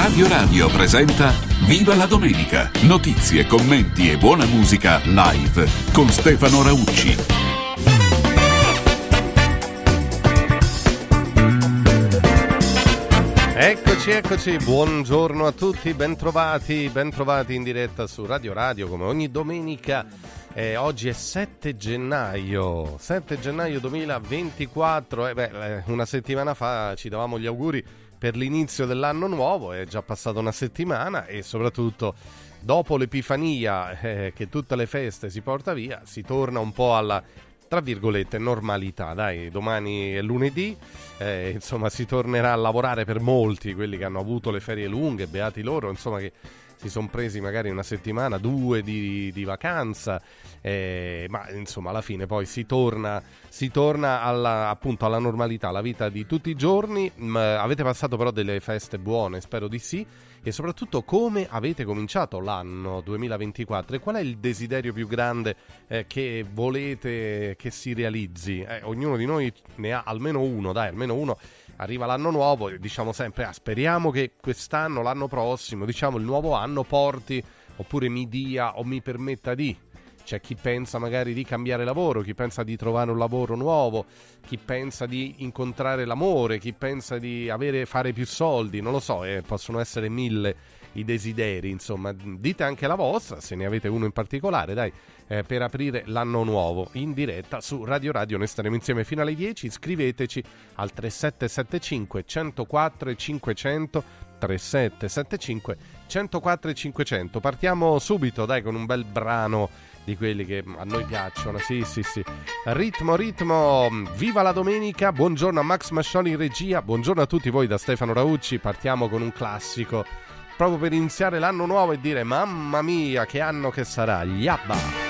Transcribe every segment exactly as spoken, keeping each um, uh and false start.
Radio Radio presenta Viva la Domenica! Notizie, commenti e buona musica live con Stefano Raucci. Eccoci, eccoci, buongiorno a tutti, bentrovati, bentrovati in diretta su Radio Radio come ogni domenica. Eh, oggi è sette gennaio, sette gennaio duemilaventiquattro, eh, beh, una settimana fa ci davamo gli auguri per l'inizio dell'anno nuovo, è già passata una settimana e soprattutto dopo l'Epifania eh, che tutte le feste si porta via, si torna un po' alla, tra virgolette, normalità. Dai, domani è lunedì, eh, insomma si tornerà a lavorare per molti, quelli che hanno avuto le ferie lunghe, beati loro, insomma, che si sono presi magari una settimana, due di, di vacanza, eh, ma insomma alla fine poi si torna, si torna alla, appunto alla normalità, alla vita di tutti i giorni. M- avete passato però delle feste buone, spero di sì, e soprattutto come avete cominciato l'anno duemilaventiquattro e qual è il desiderio più grande eh, che volete che si realizzi? Eh, ognuno di noi ne ha almeno uno, dai, almeno uno. Arriva l'anno nuovo e diciamo sempre, ah, speriamo che quest'anno, l'anno prossimo, diciamo il nuovo anno porti, oppure mi dia o mi permetta di. C'è chi pensa magari di cambiare lavoro, chi pensa di trovare un lavoro nuovo, chi pensa di incontrare l'amore, chi pensa di avere, fare più soldi, non lo so, eh, possono essere mille i desideri, insomma, dite anche la vostra, se ne avete uno in particolare, dai, eh, per aprire l'anno nuovo in diretta su Radio Radio. Noi staremo insieme fino alle dieci, scriveteci al tre sette sette cinque uno zero quattro cinquecento, tre sette sette cinque uno zero quattro cinquecento. Partiamo subito, dai, con un bel brano di quelli che a noi piacciono, sì sì sì, ritmo ritmo, viva la domenica, buongiorno a Max Mascioli in regia, buongiorno a tutti voi da Stefano Raucci. Partiamo con un classico, proprio per iniziare l'anno nuovo e dire mamma mia che anno che sarà, gli ABBA.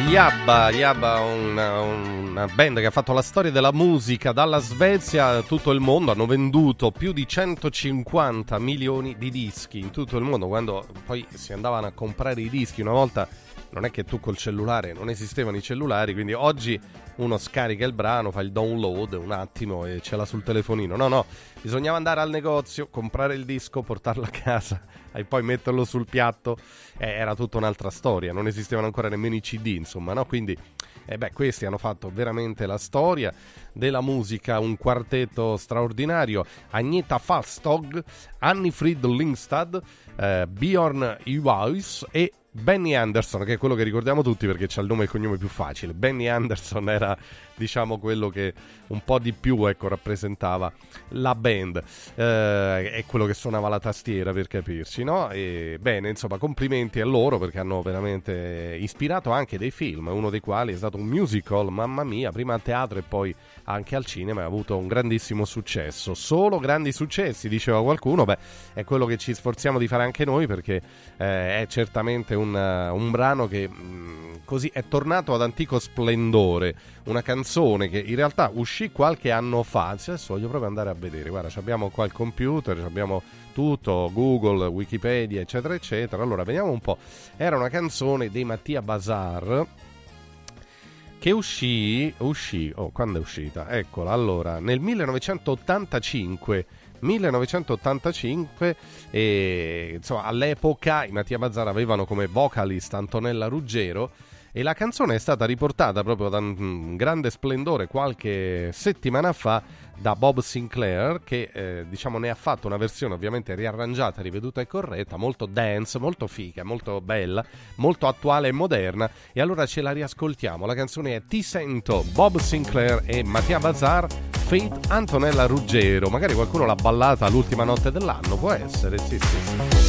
gli ABBA, gli ABBA una, una band che ha fatto la storia della musica dalla Svezia a tutto il mondo, hanno venduto più di centocinquanta milioni di dischi in tutto il mondo. Quando poi si andavano a comprare i dischi una volta, non è che tu col cellulare, non esistevano i cellulari, quindi oggi uno scarica il brano, fa il download un attimo e ce l'ha sul telefonino. No, no, bisognava andare al negozio, comprare il disco, portarlo a casa e poi metterlo sul piatto. Eh, era tutta un'altra storia, non esistevano ancora nemmeno i C D, insomma, no? Quindi, eh beh, questi hanno fatto veramente la storia della musica, un quartetto straordinario: Agneta Fältskog, Anni-Frid Lyngstad, eh, Björn Ulvaeus e Benny Andersson, che è quello che ricordiamo tutti perché c'ha il nome e il cognome più facile. Benny Andersson era, diciamo, quello che un po' di più, ecco, rappresentava la band, eh, è quello che suonava la tastiera, per capirci, no? E bene, insomma, complimenti a loro perché hanno veramente ispirato anche dei film, uno dei quali è stato un musical, mamma mia, prima a teatro e poi anche al cinema, ha avuto un grandissimo successo. Solo grandi successi, diceva qualcuno. Beh, è quello che ci sforziamo di fare anche noi, perché eh, è certamente un, un brano che mh, così è tornato ad antico splendore, una canzone che in realtà uscì qualche anno fa. Adesso voglio proprio andare a vedere, guarda, abbiamo qua il computer, abbiamo tutto, Google, Wikipedia, eccetera eccetera. Allora vediamo un po'. Era una canzone dei Mattia Bazar che uscì, uscì, oh, quando è uscita? Eccola, allora, nel millenovecentottantacinque, millenovecentottantacinque, e insomma, all'epoca i Mattia Bazar avevano come vocalist Antonella Ruggero, e la canzone è stata riportata proprio da un grande splendore qualche settimana fa da Bob Sinclair, che eh, diciamo ne ha fatto una versione ovviamente riarrangiata, riveduta e corretta, molto dance, molto figa, molto bella, molto attuale e moderna. E allora ce la riascoltiamo. La canzone è Ti sento, Bob Sinclair e Mattia Bazar, feat Antonella Ruggero. Magari qualcuno l'ha ballata l'ultima notte dell'anno, può essere, sì sì sì.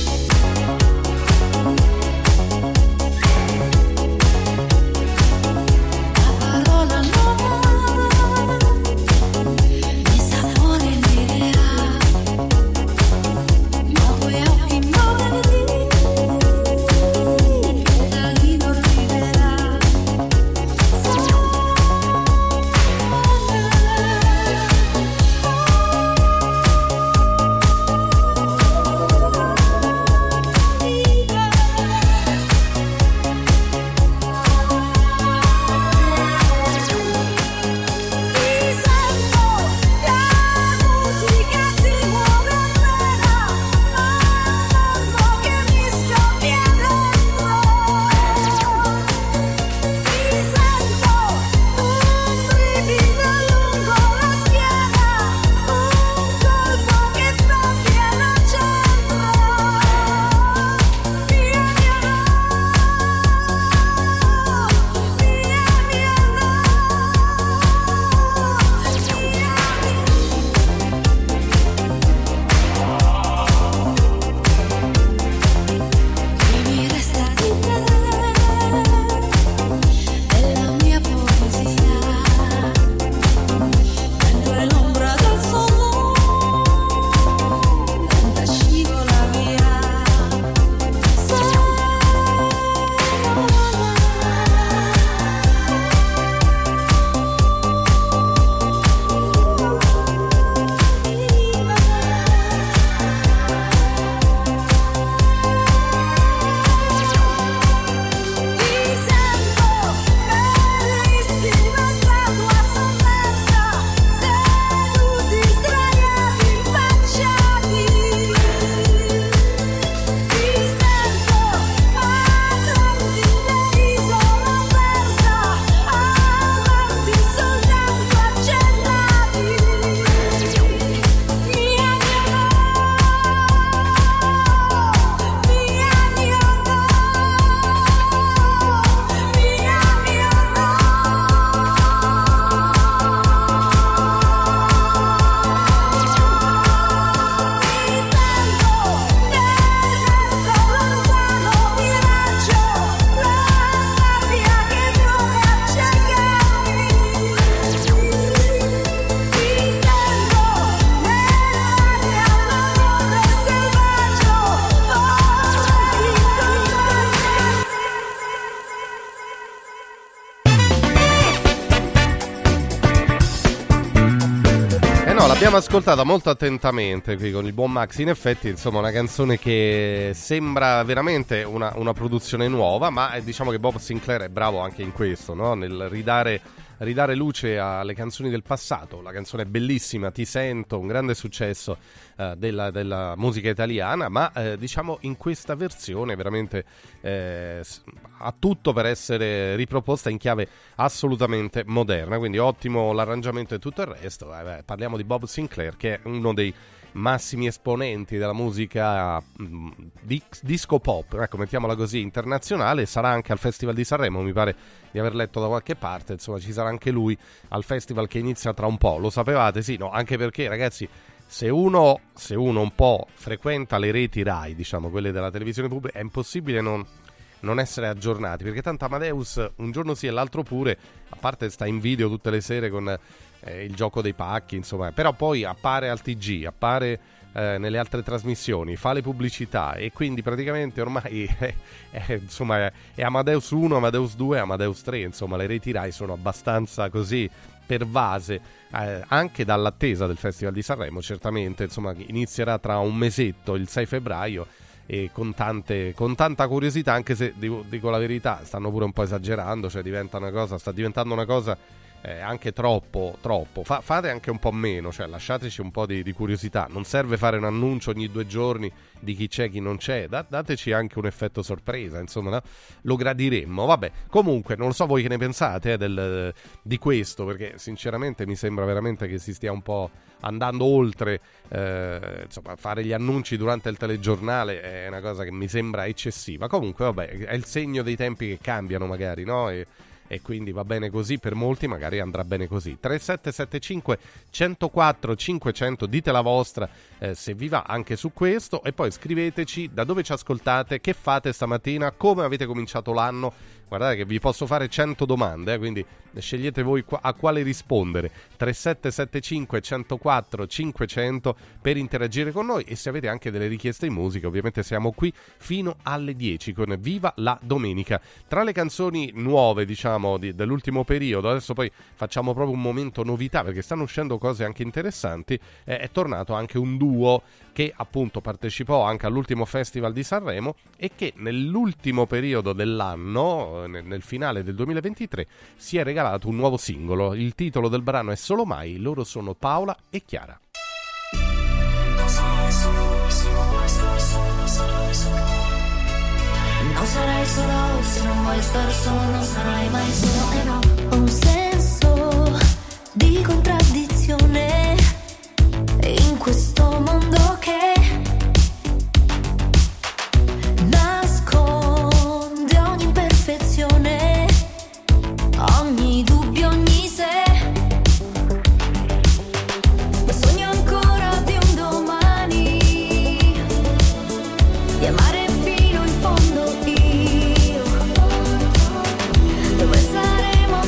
L'abbiamo ascoltata molto attentamente qui con il buon Max. In effetti, insomma, una canzone che sembra veramente una, una produzione nuova, ma eh, diciamo che Bob Sinclair è bravo anche in questo, no? Nel ridare, ridare luce alle canzoni del passato. La canzone è bellissima, Ti sento, un grande successo eh, della, della musica italiana, ma eh, diciamo in questa versione veramente eh, ha tutto per essere riproposta in chiave assolutamente moderna, quindi ottimo l'arrangiamento e tutto il resto. Eh, beh, parliamo di Bob Sinclair, che è uno dei massimi esponenti della musica mh, di, disco pop, ecco, mettiamola così, internazionale. Sarà anche al Festival di Sanremo, mi pare di aver letto da qualche parte, insomma ci sarà anche lui al festival che inizia tra un po'. Lo sapevate? Sì, no, anche perché ragazzi, se uno, se uno un po' frequenta le reti Rai, diciamo quelle della televisione pubblica, è impossibile non non essere aggiornati, perché tanto Amadeus un giorno sì e l'altro pure, a parte sta in video tutte le sere con eh, il gioco dei pacchi, insomma, però poi appare al T G, appare eh, nelle altre trasmissioni, fa le pubblicità, e quindi praticamente ormai è, è, insomma, è, è Amadeus uno, Amadeus due, Amadeus tre, insomma le reti Rai sono abbastanza così pervase, eh, anche dall'attesa del Festival di Sanremo. Certamente, insomma, inizierà tra un mesetto, il sei febbraio, e con tante con tanta curiosità, anche se dico, dico la verità, stanno pure un po' esagerando, cioè diventa una cosa, sta diventando una cosa eh, anche troppo troppo Fa, fate anche un po' meno, cioè lasciateci un po' di, di curiosità, non serve fare un annuncio ogni due giorni di chi c'è, chi non c'è, da, dateci anche un effetto sorpresa, insomma, no? Lo gradiremmo. Vabbè, comunque non lo so voi che ne pensate eh, del, di questo, perché sinceramente mi sembra veramente che si stia un po' andando oltre, eh, insomma, fare gli annunci durante il telegiornale è una cosa che mi sembra eccessiva. Comunque vabbè, è il segno dei tempi che cambiano magari, no? E, e quindi va bene così, per molti magari andrà bene così. Tre sette sette cinque uno zero quattro cinquecento, dite la vostra eh, se vi va anche su questo, e poi scriveteci da dove ci ascoltate, che fate stamattina, come avete cominciato l'anno. Guardate che vi posso fare cento domande, eh, quindi scegliete voi qua, a quale rispondere. Tre sette sette cinque uno zero quattro cinquecento per interagire con noi, e se avete anche delle richieste in musica, ovviamente siamo qui fino alle dieci con Viva la Domenica. Tra le canzoni nuove, diciamo, di, dell'ultimo periodo, adesso poi facciamo proprio un momento novità, perché stanno uscendo cose anche interessanti. eh, è tornato anche un duo che appunto partecipò anche all'ultimo Festival di Sanremo, e che nell'ultimo periodo dell'anno, nel, nel finale del duemilaventitré, si è regalato un nuovo singolo. Il titolo del brano è Solo Mai, loro sono Paola e Chiara. Non sarai solo se non vuoi star solo, non sarai mai solo, e no. Ho un senso di contraddizione in questo mondo che nasconde ogni imperfezione, ogni dubbio, ogni se. Ma sogno ancora di un domani, di amare fino in fondo io, dove saremo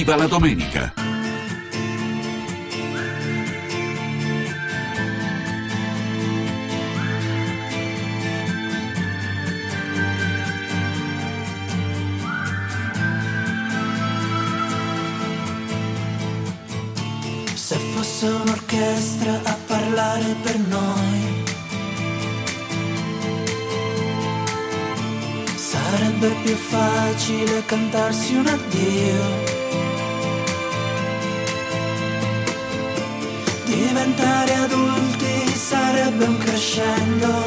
Viva la domenica! Se fosse un'orchestra a parlare per noi, sarebbe più facile cantarsi un addio. Diventare adulti sarebbe un crescendo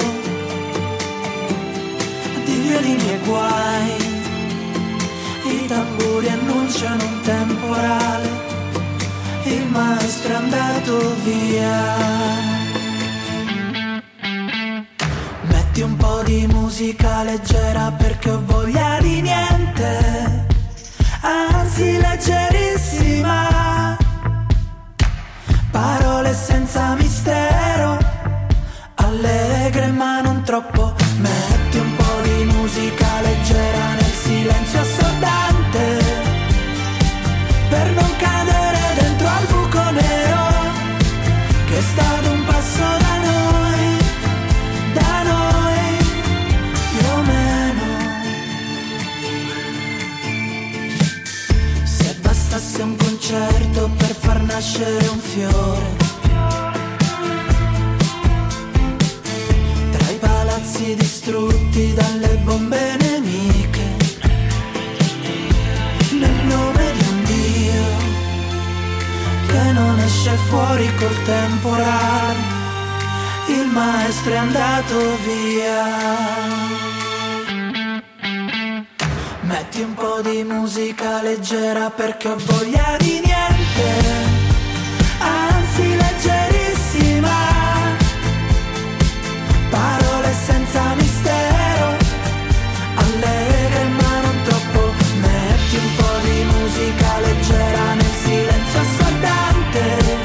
di violini e guai. I tamburi annunciano un temporale, il maestro è andato via. Metti un po' di musica leggera perché ho voglia di niente, anzi leggerissima. Parole senza mistero, allegre ma non troppo. Metti un po' di musica leggera nel silenzio assordante, per non cadere dentro al buco nero che è stato un passo da noi, da noi, più o meno. Se bastasse un concerto per far nascere un fiore, tra i palazzi distrutti dalle bombe nemiche, nel nome di un Dio che non esce fuori col temporale, il maestro è andato via. Metti un po' di musica leggera perché ho voglia di niente, anzi leggerissima. Parole senza mistero, allegre ma non troppo. Metti un po' di musica leggera nel silenzio assordante,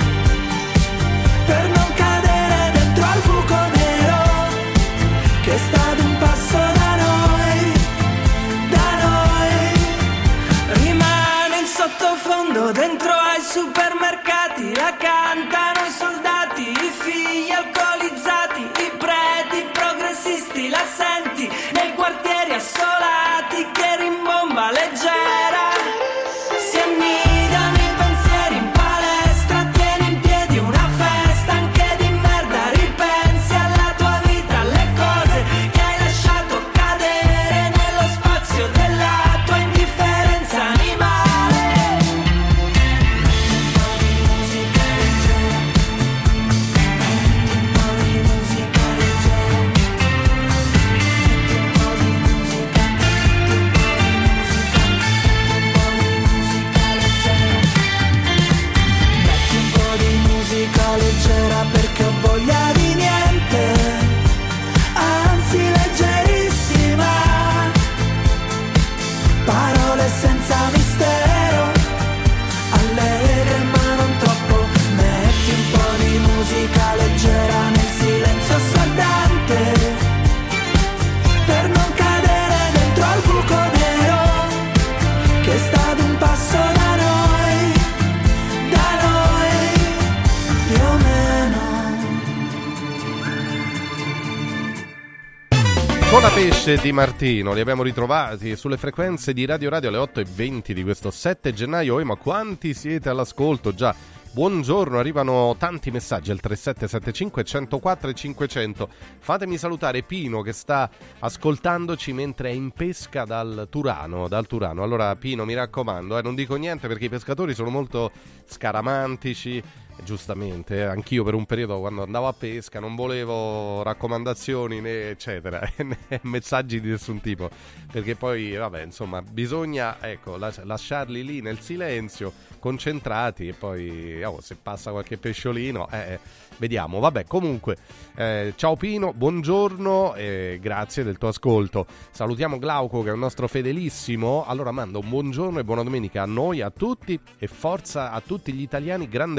per non cadere dentro al buco nero che è stato un passo da noi, da noi. Rimane in sottofondo dentro ai supermercati, la cantano i soldati, i figli alcolizzati, i preti progressisti, la senti nei quartieri assolati che rimbomba leggera. Si annidano i pensieri in palestra, tieni in piedi una festa anche di merda. Ripensi alla tua vita, alle cose che hai lasciato cadere nello spazio della tua indifferenza animale. Metti un po' di musica leggera, metti un po' di musica leggera, metti un po' di musica, metti un po' di musica, metti un po' di musica leggera perché ho voglia di niente, anzi leggerissima. Parole senza mistero, allegre ma non troppo. Metti un po' di musica leggera nel silenzio assordante, per non cadere dentro al buco nero che è stato un passo da noi, da noi, più o meno. Con la pesce di Martino li abbiamo ritrovati sulle frequenze di Radio Radio alle otto e venti di questo sette gennaio. Oh, ma quanti siete all'ascolto già? Buongiorno, arrivano tanti messaggi al tre sette sette cinque uno zero quattro cinquecento. Fatemi salutare Pino che sta ascoltandoci mentre è in pesca dal Turano, dal Turano. Allora Pino, mi raccomando, eh, non dico niente perché i pescatori sono molto scaramantici. Giustamente, eh, anch'io per un periodo quando andavo a pesca non volevo raccomandazioni né eccetera, né messaggi di nessun tipo, perché poi vabbè insomma bisogna ecco las- lasciarli lì nel silenzio, concentrati, e poi oh, se passa qualche pesciolino eh, vediamo, vabbè comunque eh, ciao Pino, buongiorno e grazie del tuo ascolto. Salutiamo Glauco che è un nostro fedelissimo, allora manda un buongiorno e buona domenica a noi, a tutti, e forza a tutti gli italiani, grande popolo,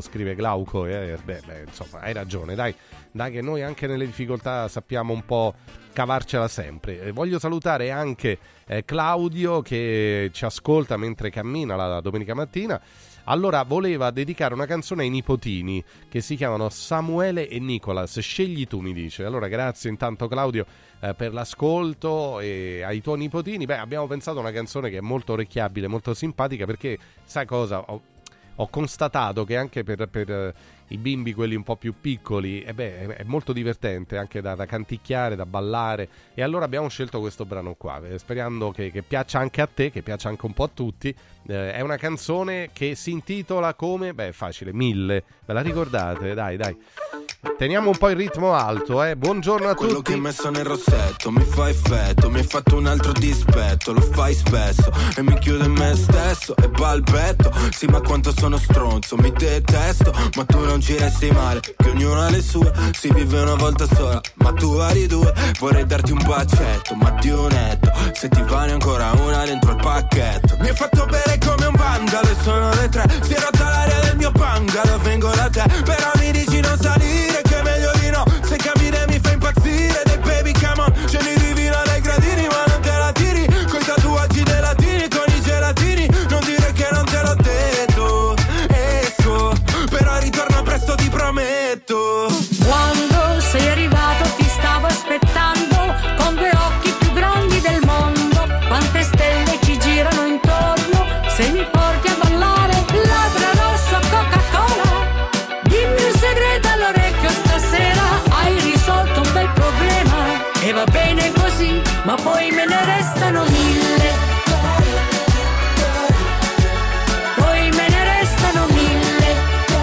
scrive Glauco, eh, beh, beh, insomma, hai ragione, dai, dai che noi anche nelle difficoltà sappiamo un po' cavarcela sempre. Eh, voglio salutare anche eh, Claudio che ci ascolta mentre cammina la, la domenica mattina. Allora, voleva dedicare una canzone ai nipotini che si chiamano Samuele e Nicolas. Scegli tu, mi dice. Allora, grazie intanto Claudio eh, per l'ascolto, e ai tuoi nipotini. Beh, abbiamo pensato a una canzone che è molto orecchiabile, molto simpatica, perché sai cosa? Ho, ho constatato che anche per, per uh, i bimbi, quelli un po' più piccoli, eh beh, è, è molto divertente anche da, da canticchiare, da ballare, e allora abbiamo scelto questo brano qua, eh, sperando che, che piaccia anche a te, che piaccia anche un po' a tutti. Eh, è una canzone che si intitola come? Beh, facile, Mille, ve la ricordate? Dai, dai. Teniamo un po' il ritmo alto, eh. Buongiorno a Quello tutti. che hai messo nel rossetto mi fa effetto, mi hai fatto un altro dispetto, lo fai spesso e mi chiudo in me stesso e balbetto. Sì, ma quanto sono stronzo, mi detesto, ma tu non ci resti male, che ognuno ha le sue, si vive una volta sola, ma tu vari due. Vorrei darti un bacetto, ma di unetto, se ti vale ancora una dentro il pacchetto. Mi hai fatto bere come un vandalo e sono le tre, si è rotta l'aria del mio bungalow, vengo da te, però mi dici non salire, che è meglio di no, se cammini mi fai impazzire. Dei baby come on, scendi di vino dai gradini, ma non te la tiri, coi tatuaggi dei latini, con i gelatini, non dire che non te l'ho detto. Esco, però ritorno presto, ti prometto. Quando sei arrivato ti stavo aspettando con due occhi più grandi del mondo. Quante stelle ci girano intorno, se mi porti a ballare labbra rosso Coca-Cola. Dimmi un segreto all'orecchio stasera, hai risolto un bel problema e va bene così, ma poi me ne restano mille. Poi me ne restano mille.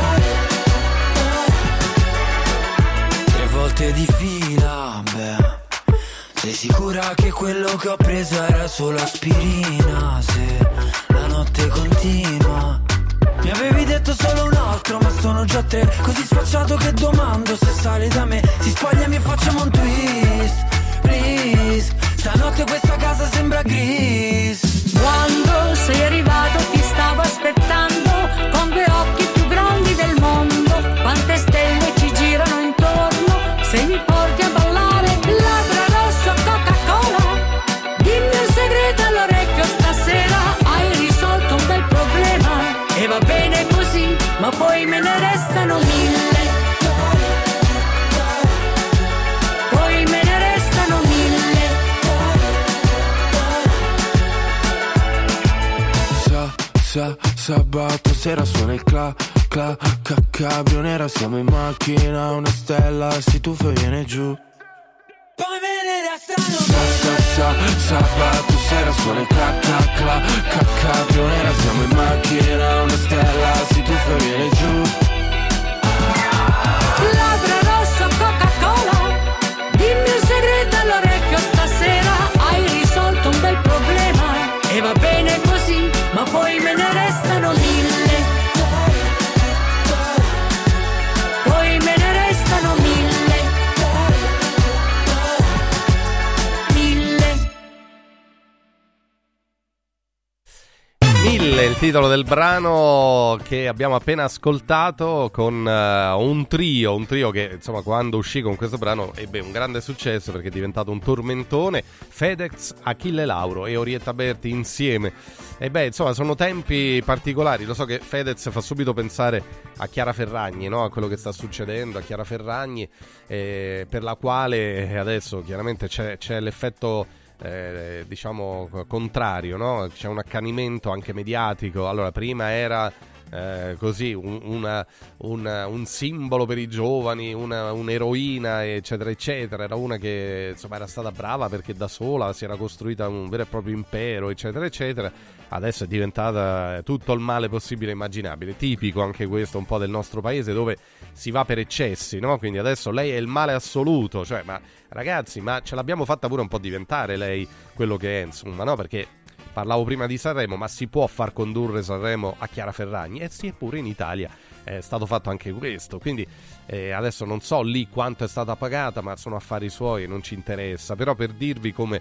Tre volte di fila, beh. Sei sicura che quello che ho preso era solo aspirina? Se la notte continua. Mi avevi detto solo un altro, ma sono già tre. Così sfacciato che domando se sali da me. Si spogliami e facciamo un twist, please. Stanotte questa casa sembra gris. Quando sei arrivato ti stavo aspettando con due occhi più grandi del mondo. Quante stelle ci girano intorno, se mi porti a ballare labbra rosso Coca-Cola. Dimmi un segreto all'orecchio stasera, hai risolto un bel problema e va bene così, ma poi me ne restano mille. Poi me ne restano mille. Sa, sa, sabato sera suona il cla, cla, ca, cabrio nera. Siamo in macchina, una stella si tuffa e viene giù. Poi me ne restano mille. Sa, sa, sabato sera suona il cla, cla, cla, ca, cabrio nera. Siamo in macchina, una stella si tuffa e viene giù. Labbra rosso Coca-Cola. Dimmi un segreto all'orecchio stasera, hai risolto un bel problema e va bene così, ma poi me ne restano mille. Poi me ne restano mille. Mille. Mille, il titolo del brano che abbiamo appena ascoltato, con uh, un trio, un trio che insomma quando uscì con questo brano ebbe un grande successo perché è diventato un tormentone. Fedez, Achille Lauro e Orietta Berti insieme. E beh, insomma, sono tempi particolari. Lo so che Fedez fa subito pensare a Chiara Ferragni, no? A quello che sta succedendo a Chiara Ferragni, eh, per la quale adesso chiaramente c'è, c'è l'effetto Eh, diciamo contrario, no? C'è un accanimento anche mediatico. Allora, prima era eh, così un, una, una, un simbolo per i giovani, una, un'eroina, eccetera eccetera. Era una che insomma era stata brava perché da sola si era costruita un vero e proprio impero, eccetera eccetera. Adesso è diventata tutto il male possibile e immaginabile, tipico anche questo un po' del nostro paese, dove si va per eccessi, no? Quindi adesso lei è il male assoluto, cioè, ma ragazzi, ma ce l'abbiamo fatta pure un po' diventare lei quello che è, insomma, no? Perché parlavo prima di Sanremo, ma si può far condurre Sanremo a Chiara Ferragni? E sì, eppure in Italia è stato fatto anche questo. Quindi eh, adesso non so lì quanto è stata pagata, ma sono affari suoi e non ci interessa. Però per dirvi come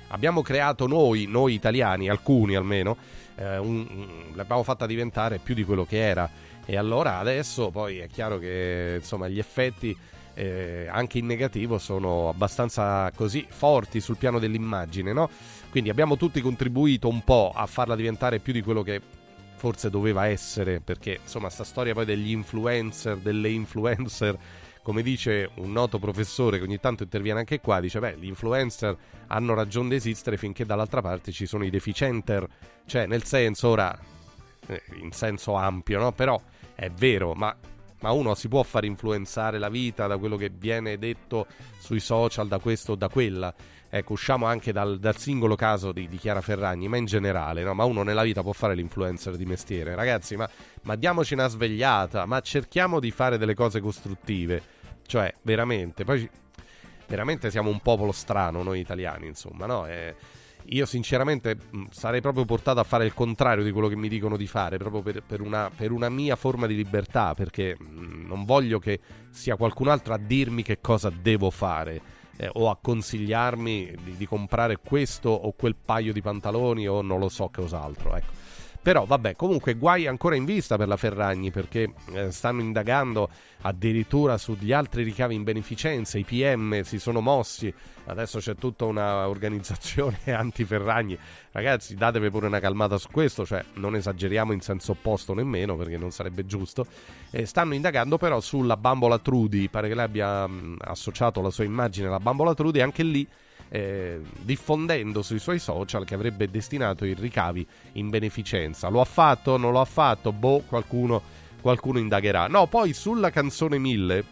abbiamo creato noi, noi italiani, alcuni almeno, eh, un, un, l'abbiamo fatta diventare più di quello che era, e allora adesso poi è chiaro che insomma gli effetti eh, anche in negativo sono abbastanza così forti sul piano dell'immagine, no? Quindi abbiamo tutti contribuito un po' a farla diventare più di quello che forse doveva essere, perché insomma sta storia poi degli influencer, delle influencer, come dice un noto professore che ogni tanto interviene anche qua, dice beh, gli influencer hanno ragione di esistere finché dall'altra parte ci sono i deficienter, cioè nel senso, ora eh, in senso ampio, no? Però è vero, ma, ma uno si può far influenzare la vita da quello che viene detto sui social, da questo o da quella. Ecco, usciamo anche dal, dal singolo caso di, di Chiara Ferragni, ma in generale, no? Ma uno nella vita può fare l'influencer di mestiere, ragazzi, ma, ma diamoci una svegliata, ma cerchiamo di fare delle cose costruttive, cioè veramente, poi veramente siamo un popolo strano noi italiani, insomma, no? E io sinceramente mh, sarei proprio portato a fare il contrario di quello che mi dicono di fare, proprio per, per, una, per una mia forma di libertà, perché mh, non voglio che sia qualcun altro a dirmi che cosa devo fare. Eh, o a consigliarmi di, di comprare questo o quel paio di pantaloni o non lo so cos'altro, ecco. Però vabbè, comunque guai ancora in vista per la Ferragni, perché eh, stanno indagando addirittura sugli altri ricavi in beneficenza, i P M si sono mossi, adesso c'è tutta una organizzazione anti-Ferragni, ragazzi datevi pure una calmata su questo, cioè non esageriamo in senso opposto nemmeno, perché non sarebbe giusto. Eh, stanno indagando però sulla bambola Trudy, pare che lei abbia mh, associato la sua immagine alla bambola Trudy, anche lì Eh, diffondendo sui suoi social che avrebbe destinato i ricavi in beneficenza. Lo ha fatto? Non lo ha fatto? Boh, qualcuno, qualcuno indagherà. No, poi sulla canzone mille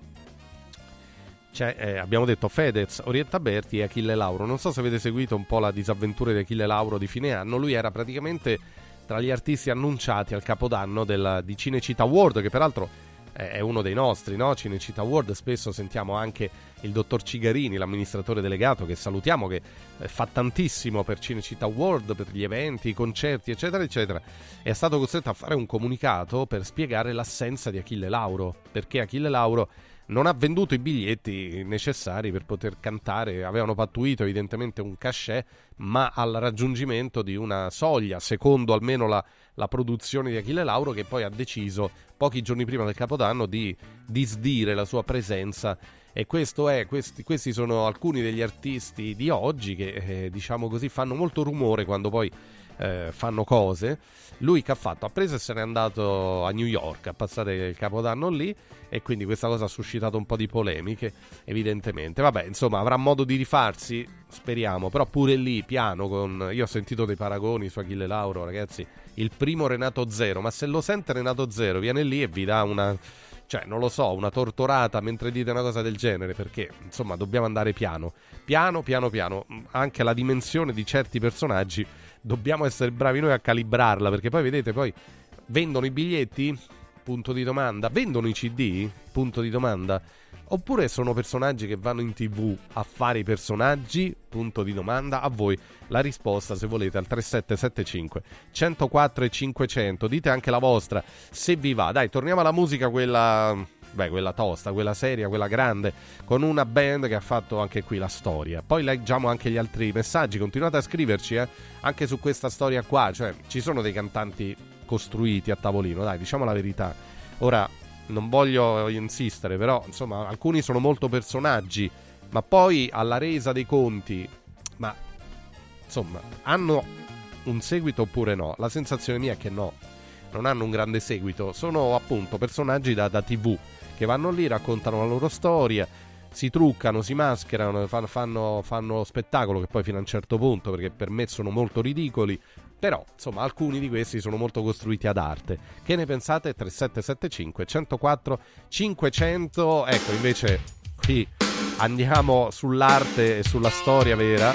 c'è, eh, abbiamo detto Fedez, Orietta Berti e Achille Lauro. Non so se avete seguito un po' la disavventura di Achille Lauro di fine anno. Lui era praticamente tra gli artisti annunciati al capodanno della, di Cinecittà World, che peraltro è uno dei nostri, no? Cinecittà World, spesso sentiamo anche il dottor Cigarini, l'amministratore delegato, che salutiamo, che fa tantissimo per Cinecittà World, per gli eventi, i concerti, eccetera, eccetera. È stato costretto a fare un comunicato per spiegare l'assenza di Achille Lauro, perché Achille Lauro non ha venduto i biglietti necessari per poter cantare, avevano pattuito evidentemente un cachet, ma al raggiungimento di una soglia, secondo almeno la, la produzione di Achille Lauro, che poi ha deciso pochi giorni prima del Capodanno di disdire la sua presenza. E questo è, questi, questi sono alcuni degli artisti di oggi che eh, diciamo così fanno molto rumore quando poi eh, fanno cose. Lui che ha fatto? Ha preso e se n'è andato a New York a passare il Capodanno lì, e quindi questa cosa ha suscitato un po' di polemiche, evidentemente. Vabbè, insomma, avrà modo di rifarsi, speriamo, però pure lì piano. Con io ho sentito dei paragoni su Achille Lauro, ragazzi, il primo Renato Zero, ma se lo sente Renato Zero viene lì e vi dà una, cioè non lo so, una tortorata mentre dite una cosa del genere, perché insomma dobbiamo andare piano piano piano piano. Anche la dimensione di certi personaggi dobbiamo essere bravi noi a calibrarla, perché poi vedete, poi vendono i biglietti? Punto di domanda. Vendono i C D? Punto di domanda. Oppure sono personaggi che vanno in tv a fare i personaggi? Punto di domanda. A voi la risposta, se volete, al tre sette sette cinque uno zero quattro e cinquecento. Dite anche la vostra, se vi va. Dai, torniamo alla musica, quella, beh, quella tosta, quella seria, quella grande, con una band che ha fatto anche qui la storia. Poi leggiamo anche gli altri messaggi, continuate a scriverci, eh, anche su questa storia qua. Cioè, ci sono dei cantanti costruiti a tavolino, dai, diciamo la verità. Ora, non voglio insistere, però insomma alcuni sono molto personaggi, ma poi alla resa dei conti, ma insomma, hanno un seguito oppure no? La sensazione mia è che no, non hanno un grande seguito, sono appunto personaggi da, da tv che vanno lì, raccontano la loro storia, si truccano, si mascherano, fanno, fanno, fanno spettacolo, che poi fino a un certo punto, perché per me sono molto ridicoli. Però, insomma, alcuni di questi sono molto costruiti ad arte. Che ne pensate? tre sette sette cinque uno zero quattro cinquecento. Ecco, invece qui andiamo sull'arte e sulla storia vera.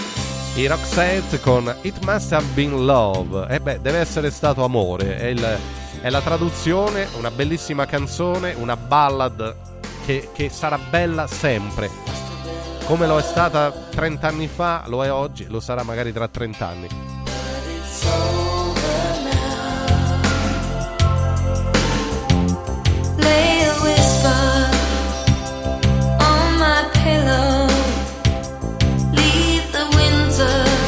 I Roxette con It Must Have Been Love. E eh beh, deve essere stato amore. È, il, è la traduzione, una bellissima canzone, una ballad che, che sarà bella sempre. Come lo è stata trent'anni fa, lo è oggi, lo sarà magari tra trent'anni. Over now. Lay a whisper on my pillow. Leave the winter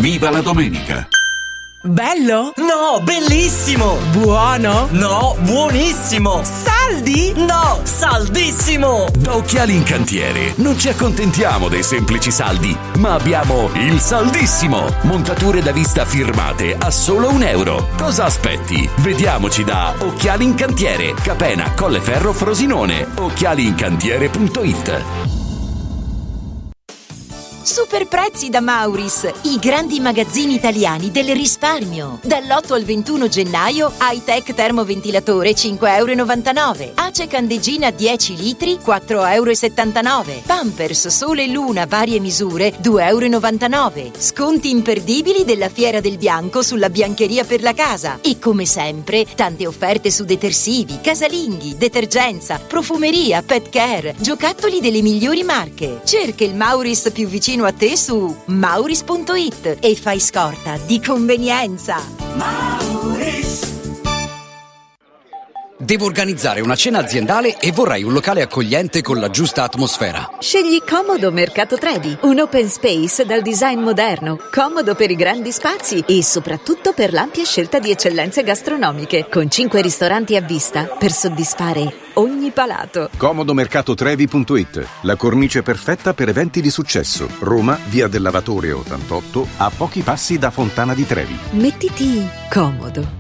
Viva la domenica! Bello? No, bellissimo! Buono? No, buonissimo! Saldi? No, saldissimo! Da Occhiali in Cantiere non ci accontentiamo dei semplici saldi, ma abbiamo il saldissimo! Montature da vista firmate a solo un euro. Cosa aspetti? Vediamoci da Occhiali in Cantiere, Capena, Colleferro, Frosinone. occhiali in cantiere punto it. Super prezzi da Mauris, i grandi magazzini italiani del risparmio. Dall'otto al ventuno gennaio, High-Tech termoventilatore cinque virgola novantanove euro. Ace candeggina dieci litri quattro virgola settantanove euro. Pampers Sole e Luna varie misure due virgola novantanove euro. Sconti imperdibili della Fiera del Bianco sulla biancheria per la casa. E come sempre, tante offerte su detersivi, casalinghi, detergenza, profumeria, pet care, giocattoli delle migliori marche. Cerca il Mauris più vicino a te su mauris punto it e fai scorta di convenienza. Mauris. Devo organizzare una cena aziendale e vorrei un locale accogliente con la giusta atmosfera. Scegli Comodo Mercato Trevi, un open space dal design moderno, comodo per i grandi spazi e soprattutto per l'ampia scelta di eccellenze gastronomiche, con cinque ristoranti a vista per soddisfare ogni palato. Comodomercatotrevi punto it, la cornice perfetta per eventi di successo. Roma, via del Lavatore ottantotto, a pochi passi da Fontana di Trevi. Mettiti comodo.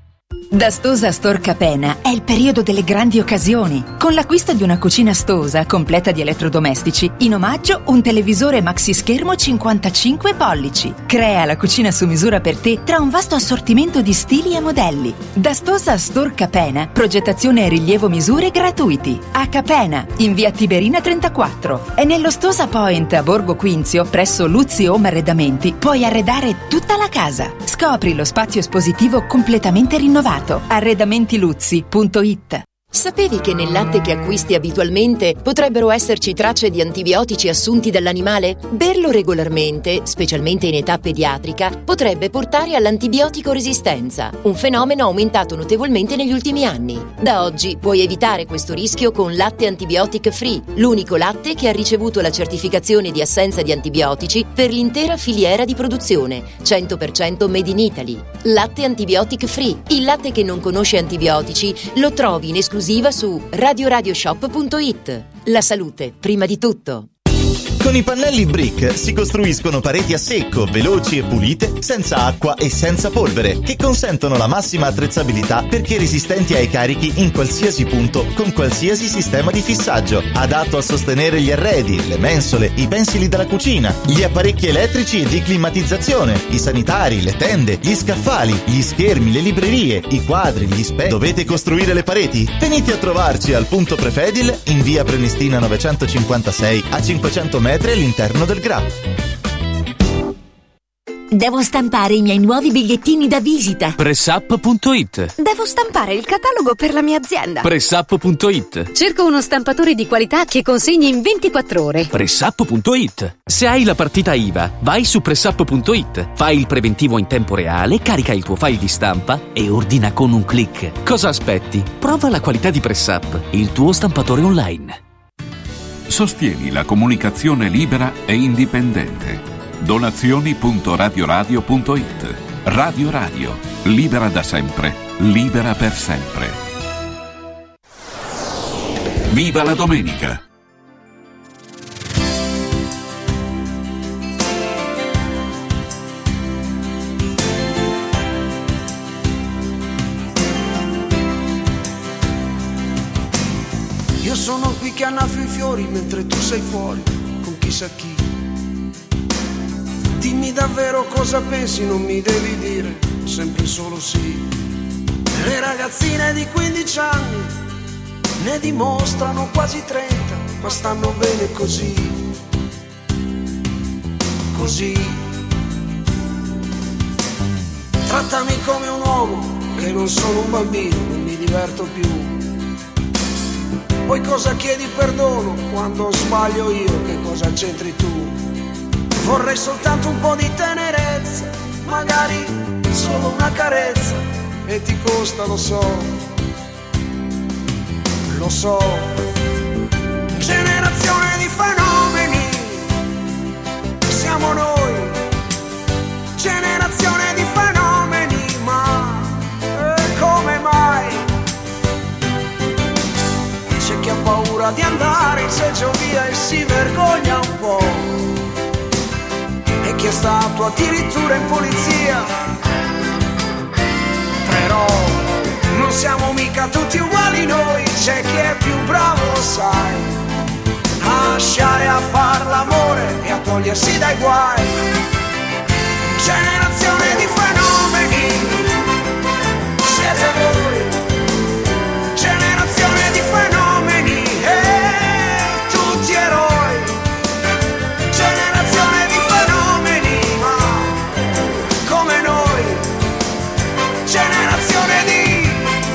Da Stosa Store Capena è il periodo delle grandi occasioni. Con l'acquisto di una cucina Stosa completa di elettrodomestici, in omaggio un televisore maxi schermo cinquantacinque pollici. Crea la cucina su misura per te tra un vasto assortimento di stili e modelli. Da Stosa Store Capena, progettazione e rilievo misure gratuiti. A Capena, in via Tiberina trentaquattro. E nello Stosa Point a Borgo Quinzio, presso Luzzi Home Arredamenti, puoi arredare tutta la casa. Scopri lo spazio espositivo completamente rinnovato. arredamentiluzzi punto it. Sapevi che nel latte che acquisti abitualmente potrebbero esserci tracce di antibiotici assunti dall'animale? Berlo regolarmente, specialmente in età pediatrica, potrebbe portare all'antibiotico resistenza, un fenomeno aumentato notevolmente negli ultimi anni. Da oggi puoi evitare questo rischio con Latte Antibiotic Free, l'unico latte che ha ricevuto la certificazione di assenza di antibiotici per l'intera filiera di produzione, cento per cento Made in Italy. Latte Antibiotic Free, il latte che non conosce antibiotici, lo trovi in esclusiva su radio radio shop punto it. La salute prima di tutto. Con i pannelli Brick si costruiscono pareti a secco, veloci e pulite, senza acqua e senza polvere, che consentono la massima attrezzabilità perché resistenti ai carichi in qualsiasi punto con qualsiasi sistema di fissaggio, adatto a sostenere gli arredi, le mensole, i pensili della cucina, gli apparecchi elettrici e di climatizzazione, i sanitari, le tende, gli scaffali, gli schermi, le librerie, i quadri, gli specchi. Dovete costruire le pareti? Venite a trovarci al punto Prefedil in via Prenestina novecentocinquantasei a cinquecento metri all'interno del G R A. Devo stampare i miei nuovi bigliettini da visita. Pressup punto it. Devo stampare il catalogo per la mia azienda. Pressup punto it. Cerco uno stampatore di qualità che consegni in ventiquattro ore. Pressup punto it. Se hai la partita I V A, vai su Pressup punto it. Fai il preventivo in tempo reale, carica il tuo file di stampa e ordina con un click. Cosa aspetti? Prova la qualità di Pressup, il tuo stampatore online. Sostieni la comunicazione libera e indipendente. Donazioni punto radio radio punto it. Radio Radio, libera da sempre, libera per sempre. Viva la domenica! Io sono qui che annaffio i fiori mentre tu sei fuori con chissà chi. Dimmi davvero cosa pensi, non mi devi dire sempre solo sì. Le ragazzine di quindici anni ne dimostrano quasi trenta, ma stanno bene così, così. Trattami come un uomo, che non sono un bambino, non mi diverto più. Poi cosa chiedi perdono quando sbaglio io, che cosa c'entri tu? Vorrei soltanto un po' di tenerezza, magari solo una carezza, e ti costa, lo so, lo so. Generazione di fenomeni, siamo noi, paura di andare in seggio via e si vergogna un po'. E chi è stato addirittura in polizia. Però non siamo mica tutti uguali noi, c'è chi è più bravo, sai, a lasciare a far l'amore e a togliersi dai guai. Generazione di fenomeni, siete voi. Generazione di fenomeni e tutti eroi. Generazione di fenomeni, ma come noi. Generazione di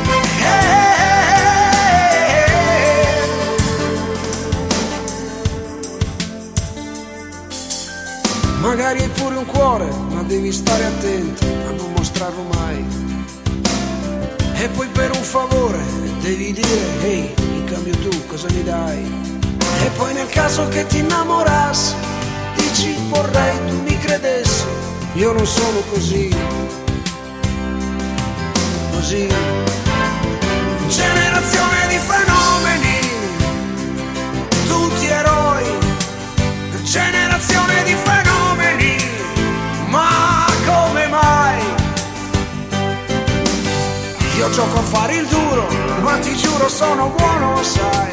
magari hai pure un cuore, ma devi stare attento a non mostrarlo mai. E poi per un favore devi dire, ehi, in cambio tu cosa mi dai? E poi nel caso che ti innamorassi, dici vorrei tu mi credessi. Io non sono così, così. Generazione di fenomeni, tutti eroi. Generazione di fenomeni, ma come mai? Io gioco a fare il duro, ma ti giuro sono buono, sai.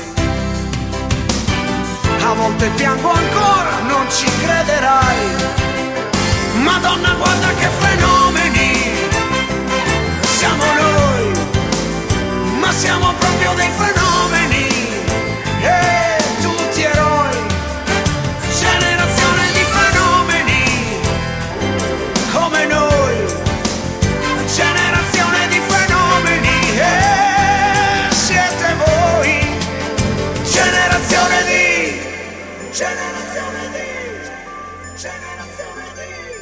A volte piango ancora, non ci crederai. Madonna, guarda che fenomeni siamo noi, ma siamo proprio dei fenomeni. E tutti eroi. Generazione di fenomeni come noi. Generazione di fenomeni e siete voi. Generazione di Generazione di Generazione di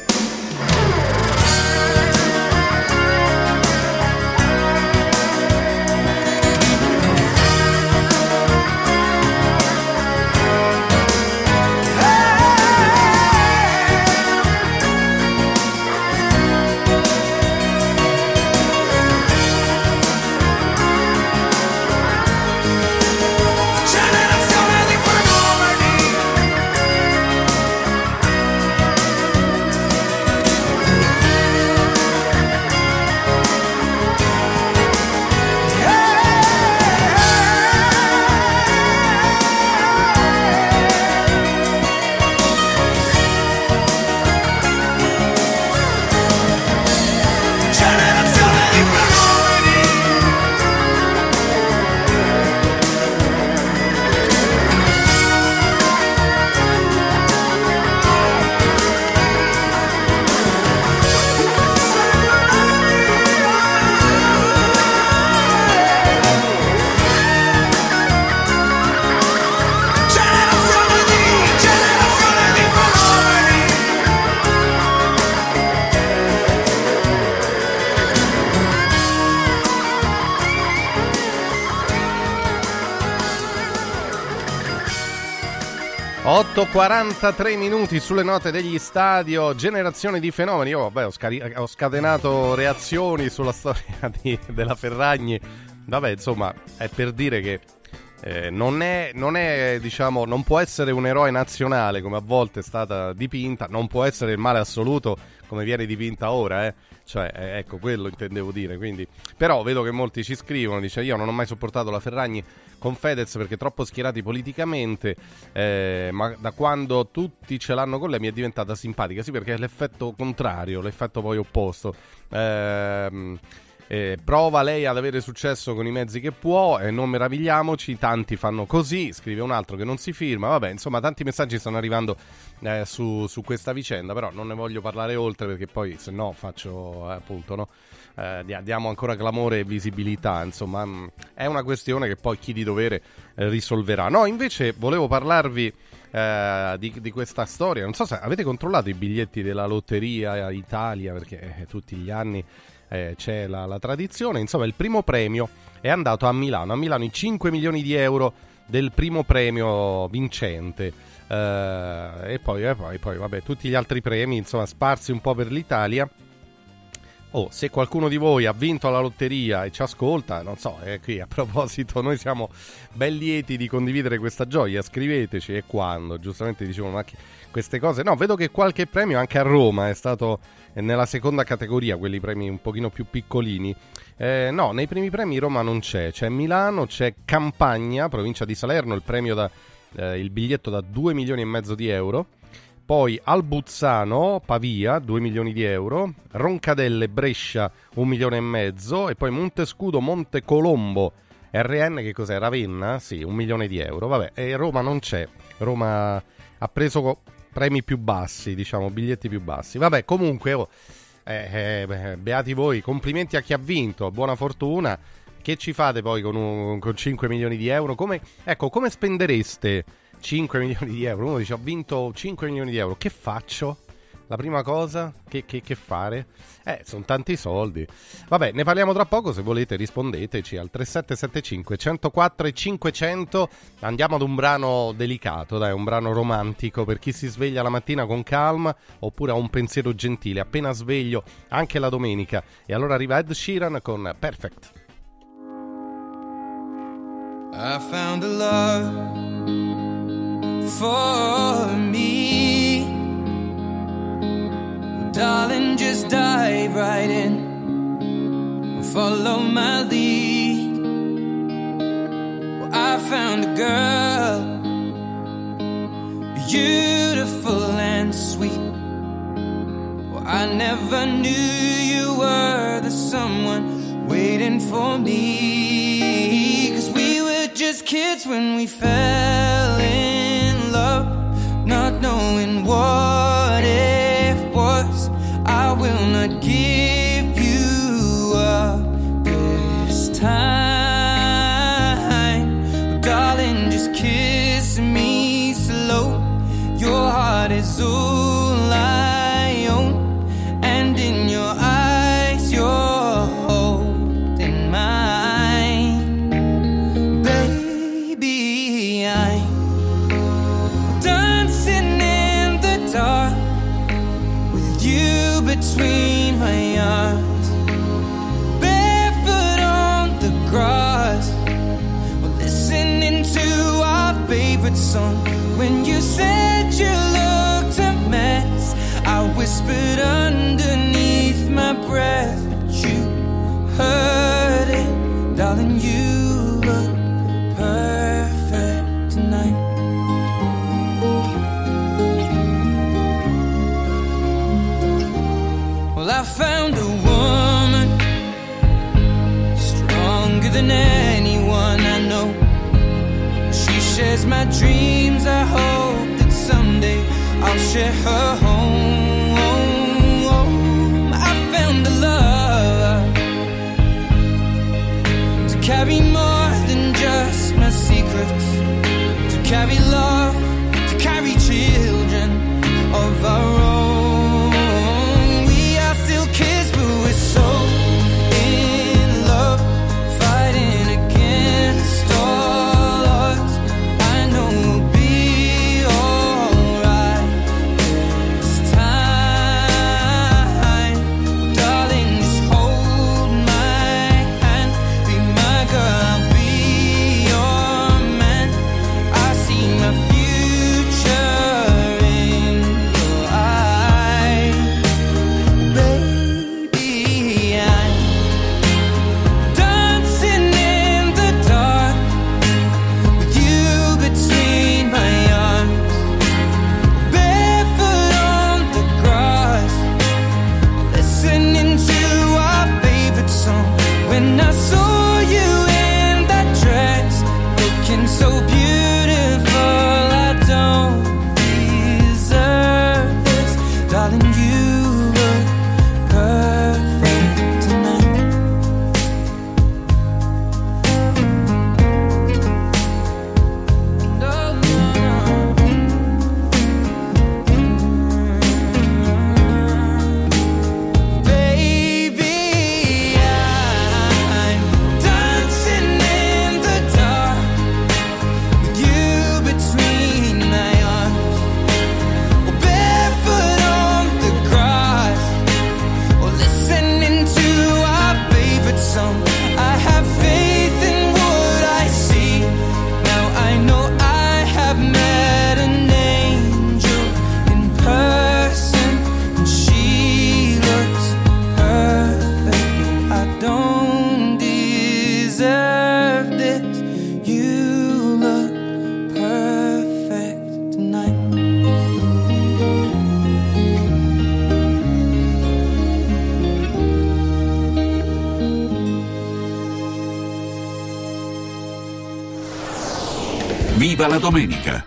otto e quarantatré minuti sulle note degli stadio. Generazione di fenomeni. Io vabbè ho, scari- ho scatenato reazioni sulla storia di, della Ferragni. Vabbè, insomma, è per dire che eh, non è, non è, diciamo, non può essere un eroe nazionale come a volte è stata dipinta, non può essere il male assoluto come viene dipinta ora, eh. Cioè, eh, ecco, quello intendevo dire, quindi. Però vedo che molti ci scrivono, dice io non ho mai sopportato la Ferragni con Fedez perché troppo schierati politicamente, eh, ma da quando tutti ce l'hanno con lei mi è diventata simpatica. Sì, perché è l'effetto contrario, l'effetto poi opposto. Ehm... Eh, prova lei ad avere successo con i mezzi che può e non meravigliamoci, tanti fanno così, scrive un altro che non si firma. Vabbè, insomma, tanti messaggi stanno arrivando eh, su, su questa vicenda, però non ne voglio parlare oltre perché poi se no faccio eh, appunto no eh, diamo ancora clamore e visibilità, insomma mh, è una questione che poi chi di dovere eh, risolverà. No, invece volevo parlarvi eh, di, di questa storia. Non so se avete controllato i biglietti della Lotteria Italia, perché eh, tutti gli anni Eh, c'è la, la tradizione. Insomma, il primo premio è andato a Milano. A Milano i cinque milioni di euro del primo premio vincente. Eh, e poi, eh, poi, poi, vabbè, tutti gli altri premi, insomma, sparsi un po' per l'Italia. Oh, se qualcuno di voi ha vinto alla lotteria e ci ascolta, non so, eh, qui a proposito, noi siamo ben lieti di condividere questa gioia, scriveteci e quando, giustamente dicevano, ma che, queste cose, no, vedo che qualche premio anche a Roma è stato nella seconda categoria, quelli premi un pochino più piccolini, eh, no, nei primi premi Roma non c'è, c'è Milano, c'è Campagna, provincia di Salerno, il premio da, eh, il biglietto da due milioni e mezzo di euro. Poi Albuzzano, Pavia, due milioni di euro, Roncadelle, Brescia, un milione e mezzo, e poi Montescudo, Montecolombo, R N, che cos'è, Ravenna? Sì, un milione di euro, vabbè, e Roma non c'è, Roma ha preso premi più bassi, diciamo, biglietti più bassi, vabbè, comunque, oh, eh, eh, beati voi, complimenti a chi ha vinto, buona fortuna, che ci fate poi con, un, con cinque milioni di euro, come, ecco, come spendereste cinque milioni di euro? Uno dice ho vinto cinque milioni di euro, che faccio? La prima cosa che, che, che fare? Eh, sono tanti soldi. Vabbè, ne parliamo tra poco, se volete rispondeteci al tre sette sette cinque, uno zero quattro e cinquecento. Andiamo ad un brano delicato, dai, un brano romantico per chi si sveglia la mattina con calma oppure ha un pensiero gentile, appena sveglio anche la domenica. E allora arriva Ed Sheeran con Perfect. I found a love for me, well, darling, just dive right in, follow my lead. Well, I found a girl, beautiful and sweet. Well, I never knew you were the someone waiting for me, 'cause we were just kids when we fell in love, not knowing what it was. I will not give you up this time, darling, just kiss me slow. Your heart is all I own, and in your eyes you're holding mine. Baby, I'm dancing in the dark with you between my arms, barefoot on the grass, listening to our favorite song. When you said you looked a mess, I whispered underneath my breath, but you heard it, darling, you look perfect tonight. Well, I found a woman stronger than anyone I know. She shares my dreams. I hope that someday I'll share her home. I found a love to carry more than just my secrets, to carry love, to carry children of our own. We are still kids, but we're so in love, fighting against all odds. I know we'll be alright this time. Darling, just hold my hand, be my girl, I'll be your man. I see my future Viva la domenica!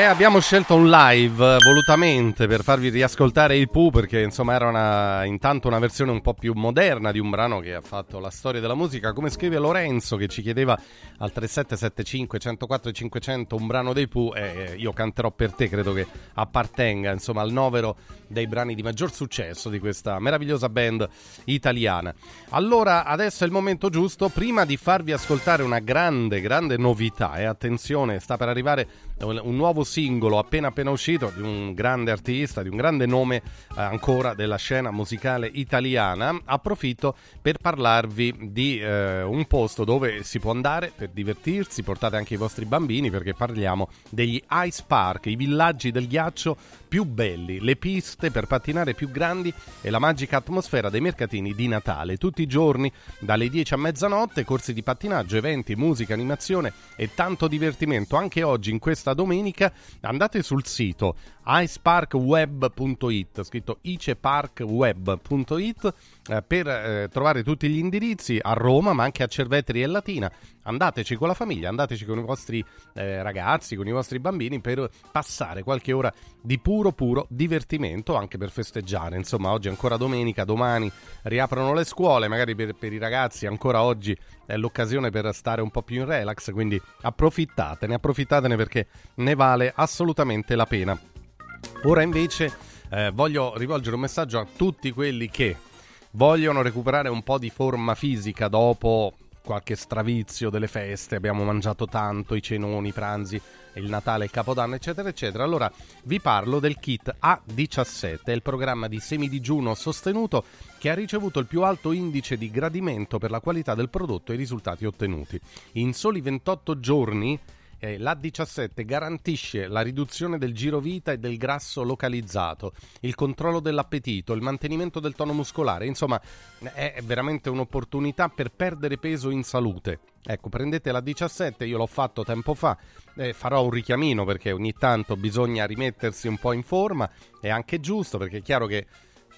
abbiamo scelto un live volutamente per farvi riascoltare il Pooh, perché insomma era una, intanto una versione un po' più moderna di un brano che ha fatto la storia della musica, come scrive Lorenzo che ci chiedeva al tre sette sette cinque uno zero quattro cinquecento un brano dei Pooh, e eh, io canterò per te, credo che appartenga insomma al novero dei brani di maggior successo di questa meravigliosa band italiana. Allora adesso è il momento giusto, prima di farvi ascoltare una grande grande novità, e eh, attenzione, sta per arrivare un nuovo singolo appena appena uscito di un grande artista, di un grande nome eh, ancora della scena musicale italiana. Approfitto per parlarvi di eh, un posto dove si può andare per divertirsi, portate anche i vostri bambini, perché parliamo degli Ice Park, i villaggi del ghiaccio più belli, le piste per pattinare più grandi e la magica atmosfera dei mercatini di Natale. Tutti i giorni dalle dieci a mezzanotte, corsi di pattinaggio, eventi, musica, animazione e tanto divertimento. Anche oggi, in questa domenica, andate sul sito iceparkweb punto it, scritto iceparkweb punto it, eh, per eh, trovare tutti gli indirizzi a Roma, ma anche a Cerveteri e Latina. Andateci con la famiglia, andateci con i vostri eh, ragazzi, con i vostri bambini, per passare qualche ora di puro puro divertimento, anche per festeggiare. Insomma, oggi è ancora domenica, domani riaprono le scuole, magari per, per i ragazzi ancora oggi è l'occasione per stare un po' più in relax, quindi approfittatene, approfittatene perché ne vale assolutamente la pena. Ora invece eh, voglio rivolgere un messaggio a tutti quelli che vogliono recuperare un po' di forma fisica dopo qualche stravizio delle feste. Abbiamo mangiato tanto, i cenoni, i pranzi, il Natale, il Capodanno, eccetera eccetera. Allora vi parlo del kit A diciassette, è il programma di semidigiuno sostenuto che ha ricevuto il più alto indice di gradimento per la qualità del prodotto e i risultati ottenuti. In soli ventotto giorni Eh, l'A diciassette garantisce la riduzione del girovita e del grasso localizzato, il controllo dell'appetito, il mantenimento del tono muscolare. Insomma, è veramente un'opportunità per perdere peso in salute. Ecco, prendete l'A diciassette, io l'ho fatto tempo fa, eh, farò un richiamino perché ogni tanto bisogna rimettersi un po' in forma, è anche giusto, perché è chiaro che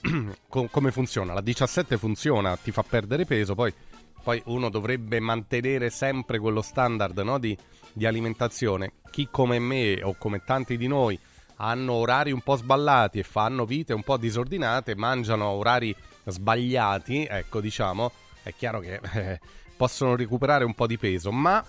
com- come funziona? L'A diciassette funziona, ti fa perdere peso, poi Poi uno dovrebbe mantenere sempre quello standard, no, di, di alimentazione. Chi come me o come tanti di noi hanno orari un po' sballati e fanno vite un po' disordinate, mangiano orari sbagliati, ecco, diciamo, è chiaro che eh, possono recuperare un po' di peso, ma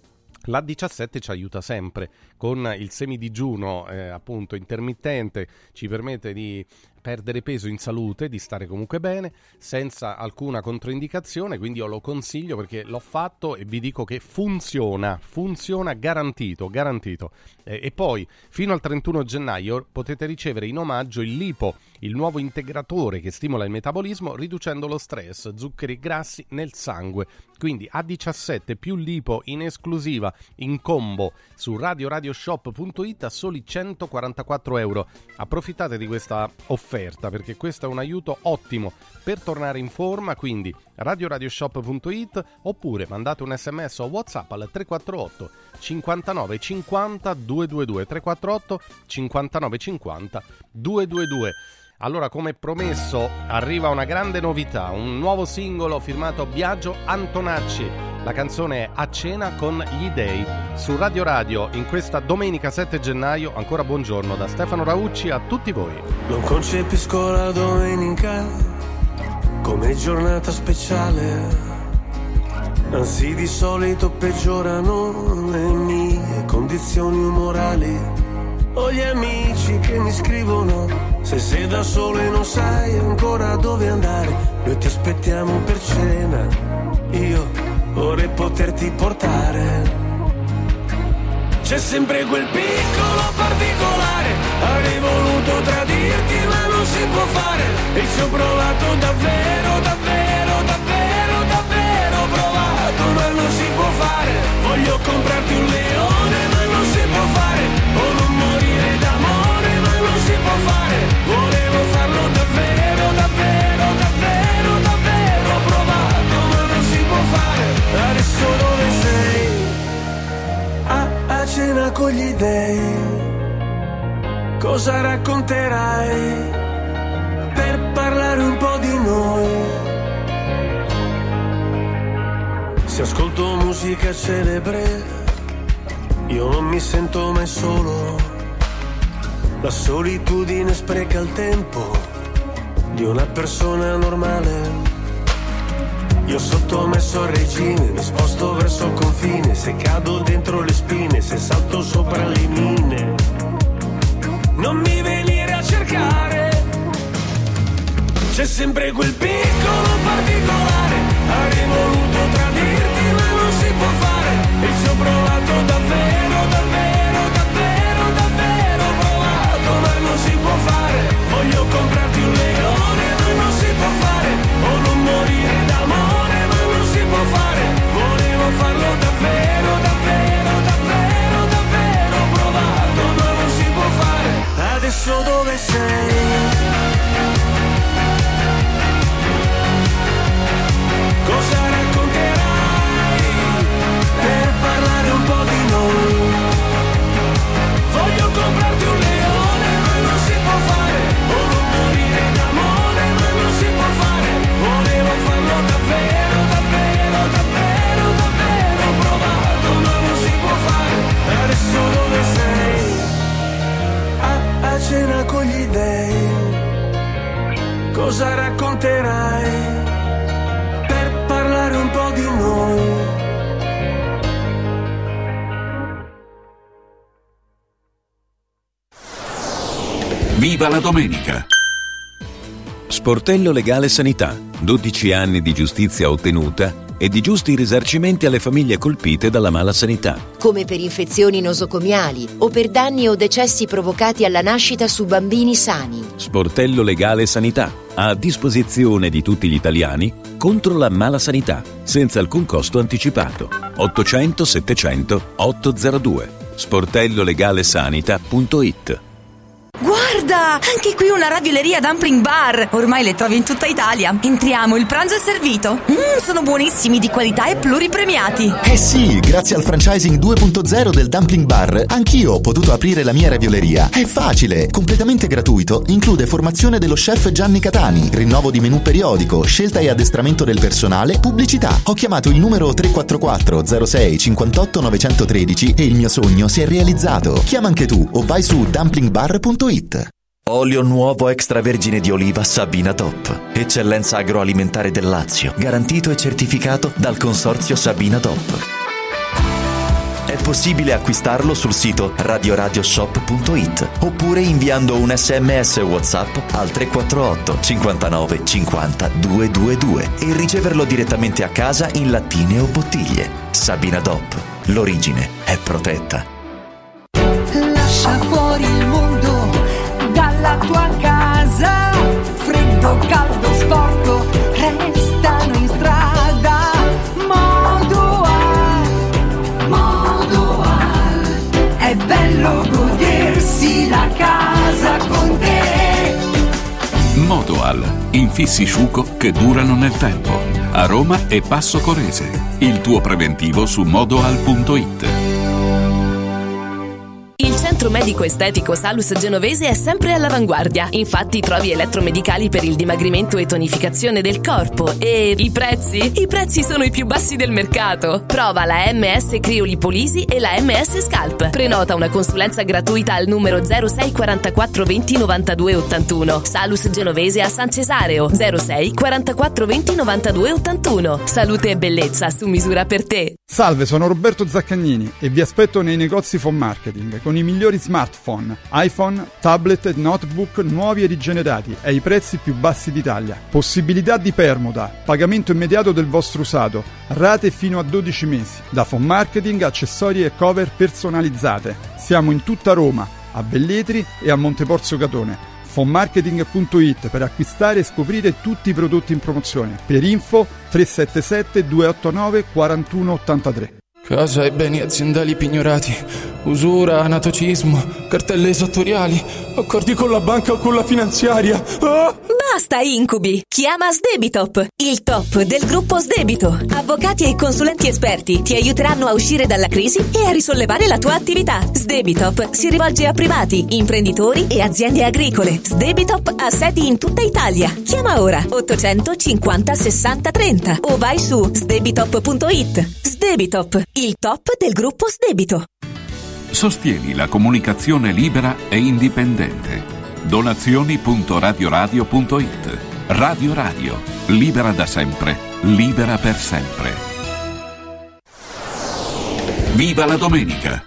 l'A diciassette ci aiuta sempre. Con il semidigiuno eh, appunto intermittente ci permette di perdere peso in salute, di stare comunque bene, senza alcuna controindicazione, quindi io lo consiglio perché l'ho fatto e vi dico che funziona, funziona garantito, garantito. Eh, e poi fino al trentuno gennaio potete ricevere in omaggio il Lipo, il nuovo integratore che stimola il metabolismo riducendo lo stress, zuccheri e grassi nel sangue. Quindi A diciassette più Lipo in esclusiva, in combo, su radio radio shop punto it a soli centoquarantaquattro euro. Approfittate di questa offerta perché questo è un aiuto ottimo per tornare in forma, quindi radio radio shop punto it oppure mandate un sms o WhatsApp al tre quattro otto cinquantanove cinquanta duecentoventidue, tre quattro otto cinquantanove cinquanta duecentoventidue. Allora, come promesso, arriva una grande novità, un nuovo singolo firmato Biagio Antonacci. La canzone è A cena con gli dei. Su Radio Radio, in questa domenica sette gennaio, ancora buongiorno da Stefano Raucci a tutti voi. Non concepisco la domenica come giornata speciale, anzi di solito peggiorano le mie condizioni umorali. Ho gli amici che mi scrivono: se sei da solo e non sai ancora dove andare, noi ti aspettiamo per cena, io vorrei poterti portare. C'è sempre quel piccolo particolare, avrei voluto tradirti ma non si può fare, e ci ho provato davvero, davvero, davvero, davvero provato, ma non si può fare. Voglio comprarti un leone ma non si può fare, o non morire d'amore ma non si può fare. Volevo farlo davvero, davvero, davvero, davvero provato, ma non si può fare. Adesso dove sei? A, a cena con gli dei, cosa racconterai per parlare un po' di noi? Se ascolto musica celebre io non mi sento mai solo, La solitudine spreca il tempo di una persona normale. Io sottomesso al regime, mi sposto verso il confine. Se cado dentro le spine, se salto sopra le mine, non mi venire a cercare. C'è sempre quel piccolo particolare. Avrei voluto tradirti ma non si può fare. E ci ho provato davvero, davvero, davvero, davvero provato, ma non si può fare. Voglio comprarti un leone ma non si può fare. O non morire d'amore ma non si può fare. Volevo farlo davvero, davvero, davvero, davvero provato, ma non si può fare. Adesso dove sei? Cosa racconterai per parlare un po' di noi? Voglio comprarti un leone ma non si può fare. O non morire d'amore ma non si può fare. Volevo farlo davvero, davvero, davvero, davvero provato, ma non si può fare. Adesso dove sei? A, a cena con gli dèi. Cosa racconterai parlare un po' di noi? Viva la domenica! Sportello Legale Sanità. dodici anni di giustizia ottenuta e di giusti risarcimenti alle famiglie colpite dalla mala sanità. Come per infezioni nosocomiali o per danni o decessi provocati alla nascita su bambini sani. Sportello Legale Sanità. A disposizione di tutti gli italiani contro la mala sanità, senza alcun costo anticipato. ottocento settecento ottocentodue. sportello legale sanita punto it. Guarda, anche qui una ravioleria Dumpling Bar. Ormai le trovi in tutta Italia. Entriamo, il pranzo è servito. Mmm, sono buonissimi, di qualità e pluripremiati. Eh sì, grazie al franchising due punto zero del Dumpling Bar, anch'io ho potuto aprire la mia ravioleria. È facile, completamente gratuito, include formazione dello chef Gianni Catani, rinnovo di menù periodico, scelta e addestramento del personale, pubblicità. Ho chiamato il numero tre quattro quattro zero sei cinquantotto novecentotredici e il mio sogno si è realizzato. Chiama anche tu o vai su dumpling bar punto it. Olio nuovo extravergine di oliva Sabina Top. Eccellenza agroalimentare del Lazio. Garantito e certificato dal consorzio Sabina Top. È possibile acquistarlo sul sito radio radio shop punto it oppure inviando un sms WhatsApp al tre quattro otto cinquantanove cinquanta duecentoventidue e riceverlo direttamente a casa in lattine o bottiglie. Sabina Top. L'origine è protetta. Lascia fuori il mondo dalla tua casa, freddo, caldo, sporco, restano in strada. Modoal, Modoal, è bello godersi la casa con te. Modoal, infissi sciuco che durano nel tempo. A Roma e Passo Corese. Il tuo preventivo su modoal punto it. Il centro medico estetico Salus Genovese è sempre all'avanguardia. Infatti trovi elettromedicali per il dimagrimento e tonificazione del corpo. E i prezzi? I prezzi sono i più bassi del mercato. Prova la M S Criolipolisi e la M S Scalp. Prenota una consulenza gratuita al numero zero sei quarantaquattro venti novantadue ottantuno. Salus Genovese a San Cesareo zero sei quarantaquattro venti novantadue ottantuno. Salute e bellezza su misura per te. Salve, sono Roberto Zaccagnini e vi aspetto nei negozi Phone Marketing con i migliori smartphone, iPhone, tablet e notebook nuovi e rigenerati ai prezzi più bassi d'Italia. Possibilità di permuta, pagamento immediato del vostro usato, rate fino a dodici mesi. Da Phone Marketing, accessori e cover personalizzate. Siamo in tutta Roma, a Velletri e a Monteporzio Catone. phone marketing punto it per acquistare e scoprire tutti i prodotti in promozione. Per info tre sette sette due otto nove quattro uno otto tre. Casa e beni aziendali pignorati, usura, anatocismo, cartelle esattoriali, accordi con la banca o con la finanziaria. Ah! Basta incubi! Chiama Sdebitop, il top del gruppo Sdebito. Avvocati e consulenti esperti ti aiuteranno a uscire dalla crisi e a risollevare la tua attività. Sdebitop si rivolge a privati, imprenditori e aziende agricole. Sdebitop ha sedi in tutta Italia. Chiama ora ottocentocinquanta sessanta trenta o vai su sdebitop punto it. Sdebitop, il top del gruppo Sdebito. Sostieni la comunicazione libera e indipendente. Donazioni punto radioradio punto it. Radio Radio, libera da sempre, libera per sempre. Viva la domenica!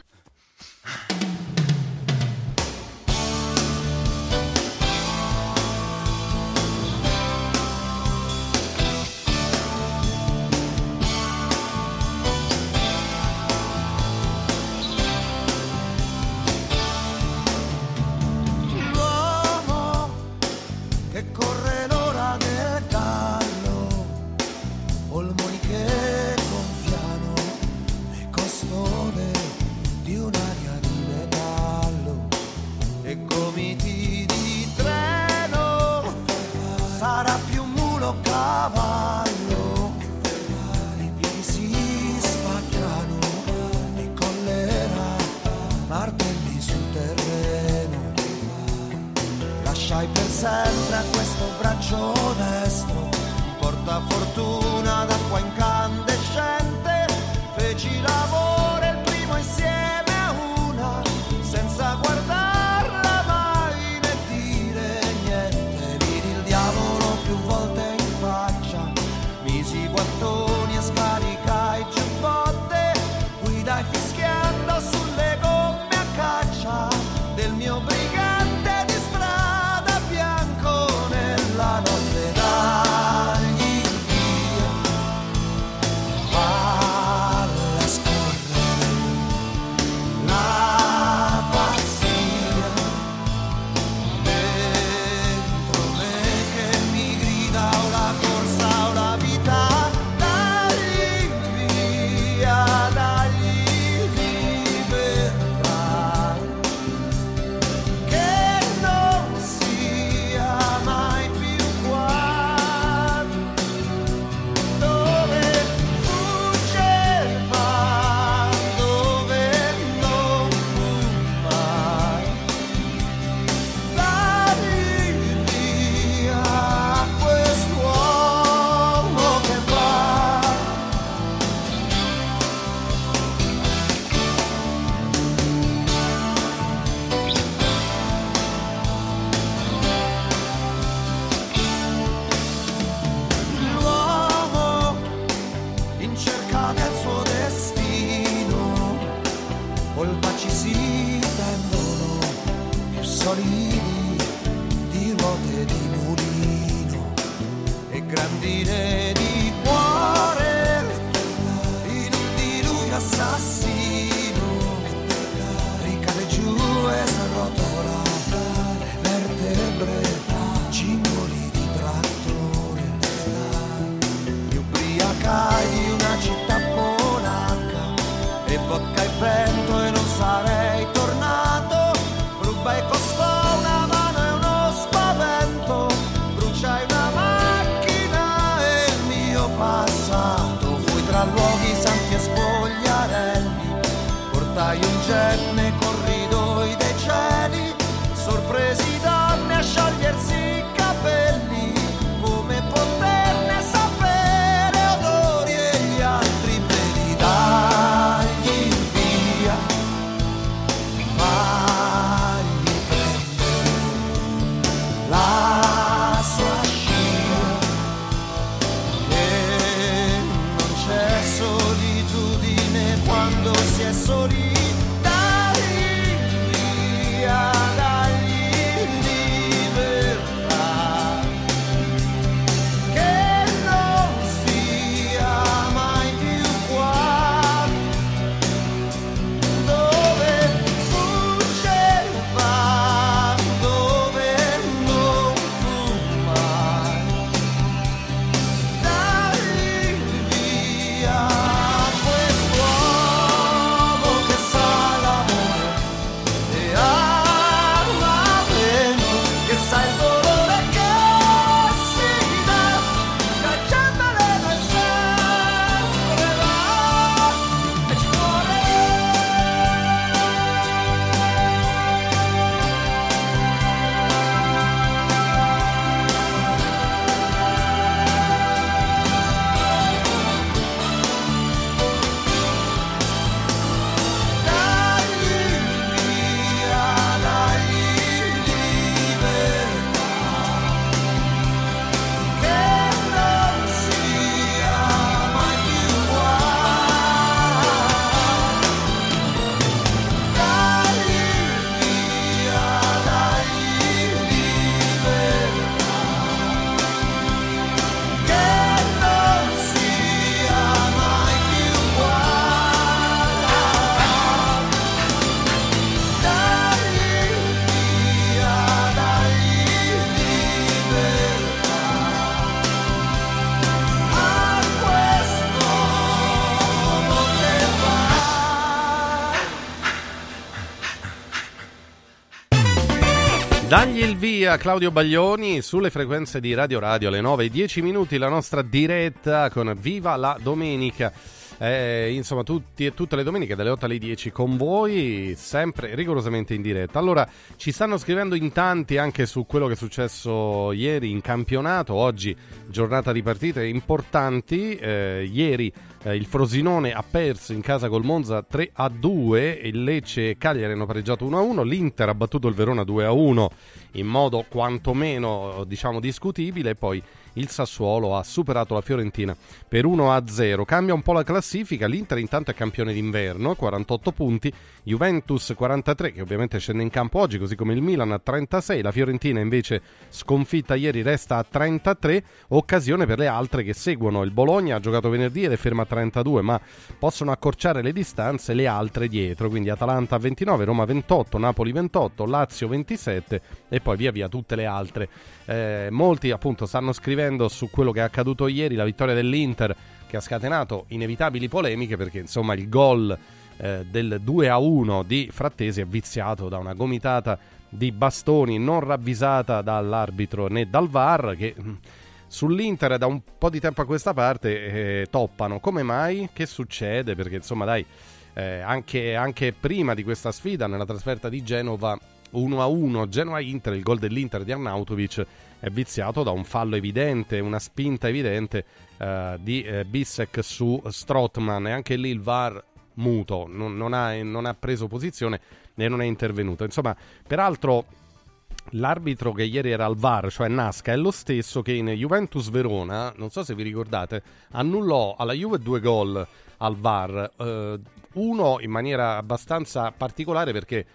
Dagli il via Claudio Baglioni sulle frequenze di Radio Radio alle nove e dieci minuti, la nostra diretta con Viva la Domenica. Eh, insomma, tutti e tutte le domeniche dalle otto alle dieci con voi, sempre rigorosamente in diretta. Allora, ci stanno scrivendo in tanti anche su quello che è successo ieri in campionato. Oggi giornata di partite importanti. Eh, ieri eh, il Frosinone ha perso in casa col Monza tre a due, il Lecce e Cagliari hanno pareggiato uno a uno, l'Inter ha battuto il Verona due a uno in modo quantomeno, diciamo, discutibile, e poi il Sassuolo ha superato la Fiorentina per uno a zero. Cambia un po' la classifica, l'Inter intanto è campione d'inverno, quarantotto punti, Juventus quarantatré, che ovviamente scende in campo oggi, così come il Milan a trentasei, la Fiorentina invece sconfitta ieri resta a trentatré, occasione per le altre che seguono. Il Bologna ha giocato venerdì ed è ferma a trentadue, ma possono accorciare le distanze le altre dietro, quindi Atalanta a ventinove, Roma ventotto, Napoli ventotto, Lazio ventisette e poi via via tutte le altre. Eh, molti appunto stanno scrivendo su quello che è accaduto ieri, la vittoria dell'Inter che ha scatenato inevitabili polemiche, perché insomma il gol eh, del due a uno di Frattesi è viziato da una gomitata di bastoni non ravvisata dall'arbitro né dal V A R, che mh, sull'Inter da un po' di tempo a questa parte eh, toppano. Come mai? Che succede? Perché insomma dai, eh, anche, anche prima di questa sfida, nella trasferta di Genova uno a uno Genoa-Inter, il gol dell'Inter di Arnautovic è viziato da un fallo evidente, una spinta evidente eh, di eh, Bissek su Strootman, e anche lì il V A R muto, non, non, ha, non ha preso posizione e non è intervenuto. Insomma, peraltro l'arbitro che ieri era al V A R, cioè Nasca, è lo stesso che in Juventus Verona, non so se vi ricordate, annullò alla Juve due gol al V A R, eh, uno in maniera abbastanza particolare perché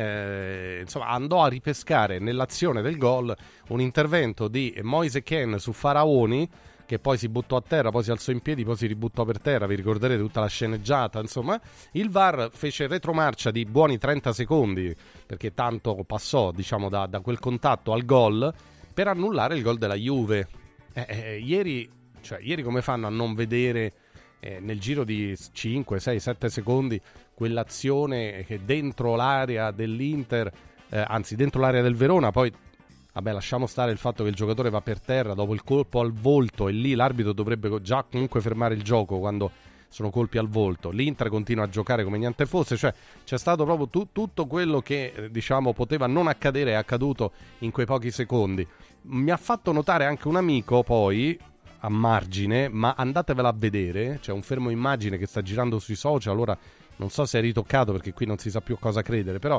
Eh, insomma andò a ripescare nell'azione del gol un intervento di Moise Kean su Faraoni, che poi si buttò a terra, poi si alzò in piedi, poi si ributtò per terra, vi ricorderete tutta la sceneggiata. Insomma, il V A R fece retromarcia di buoni trenta secondi, perché tanto passò, diciamo, da, da quel contatto al gol, per annullare il gol della Juve. eh, eh, ieri, cioè, ieri come fanno a non vedere eh, nel giro di cinque, sei, sette secondi quell'azione che dentro l'area dell'Inter, eh, anzi dentro l'area del Verona, poi vabbè lasciamo stare il fatto che il giocatore va per terra dopo il colpo al volto, e lì l'arbitro dovrebbe già comunque fermare il gioco quando sono colpi al volto. L'Inter continua a giocare come niente fosse, cioè c'è stato proprio tu, tutto quello che eh, diciamo poteva non accadere è accaduto in quei pochi secondi. Mi ha fatto notare anche un amico poi a margine, ma andatevela a vedere, c'è un fermo immagine che sta girando sui social, ora non so se è ritoccato perché qui non si sa più cosa credere, però,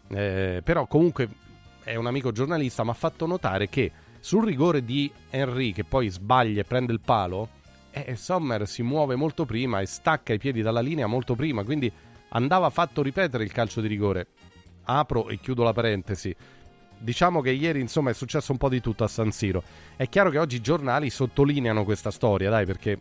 eh, però comunque è un amico giornalista, mi ha fatto notare che sul rigore di Henry, che poi sbaglia e prende il palo, eh, Sommer si muove molto prima e stacca i piedi dalla linea molto prima, quindi andava fatto ripetere il calcio di rigore. Apro e chiudo la parentesi. Diciamo che ieri insomma è successo un po' di tutto a San Siro. È chiaro che oggi i giornali sottolineano questa storia, dai, perché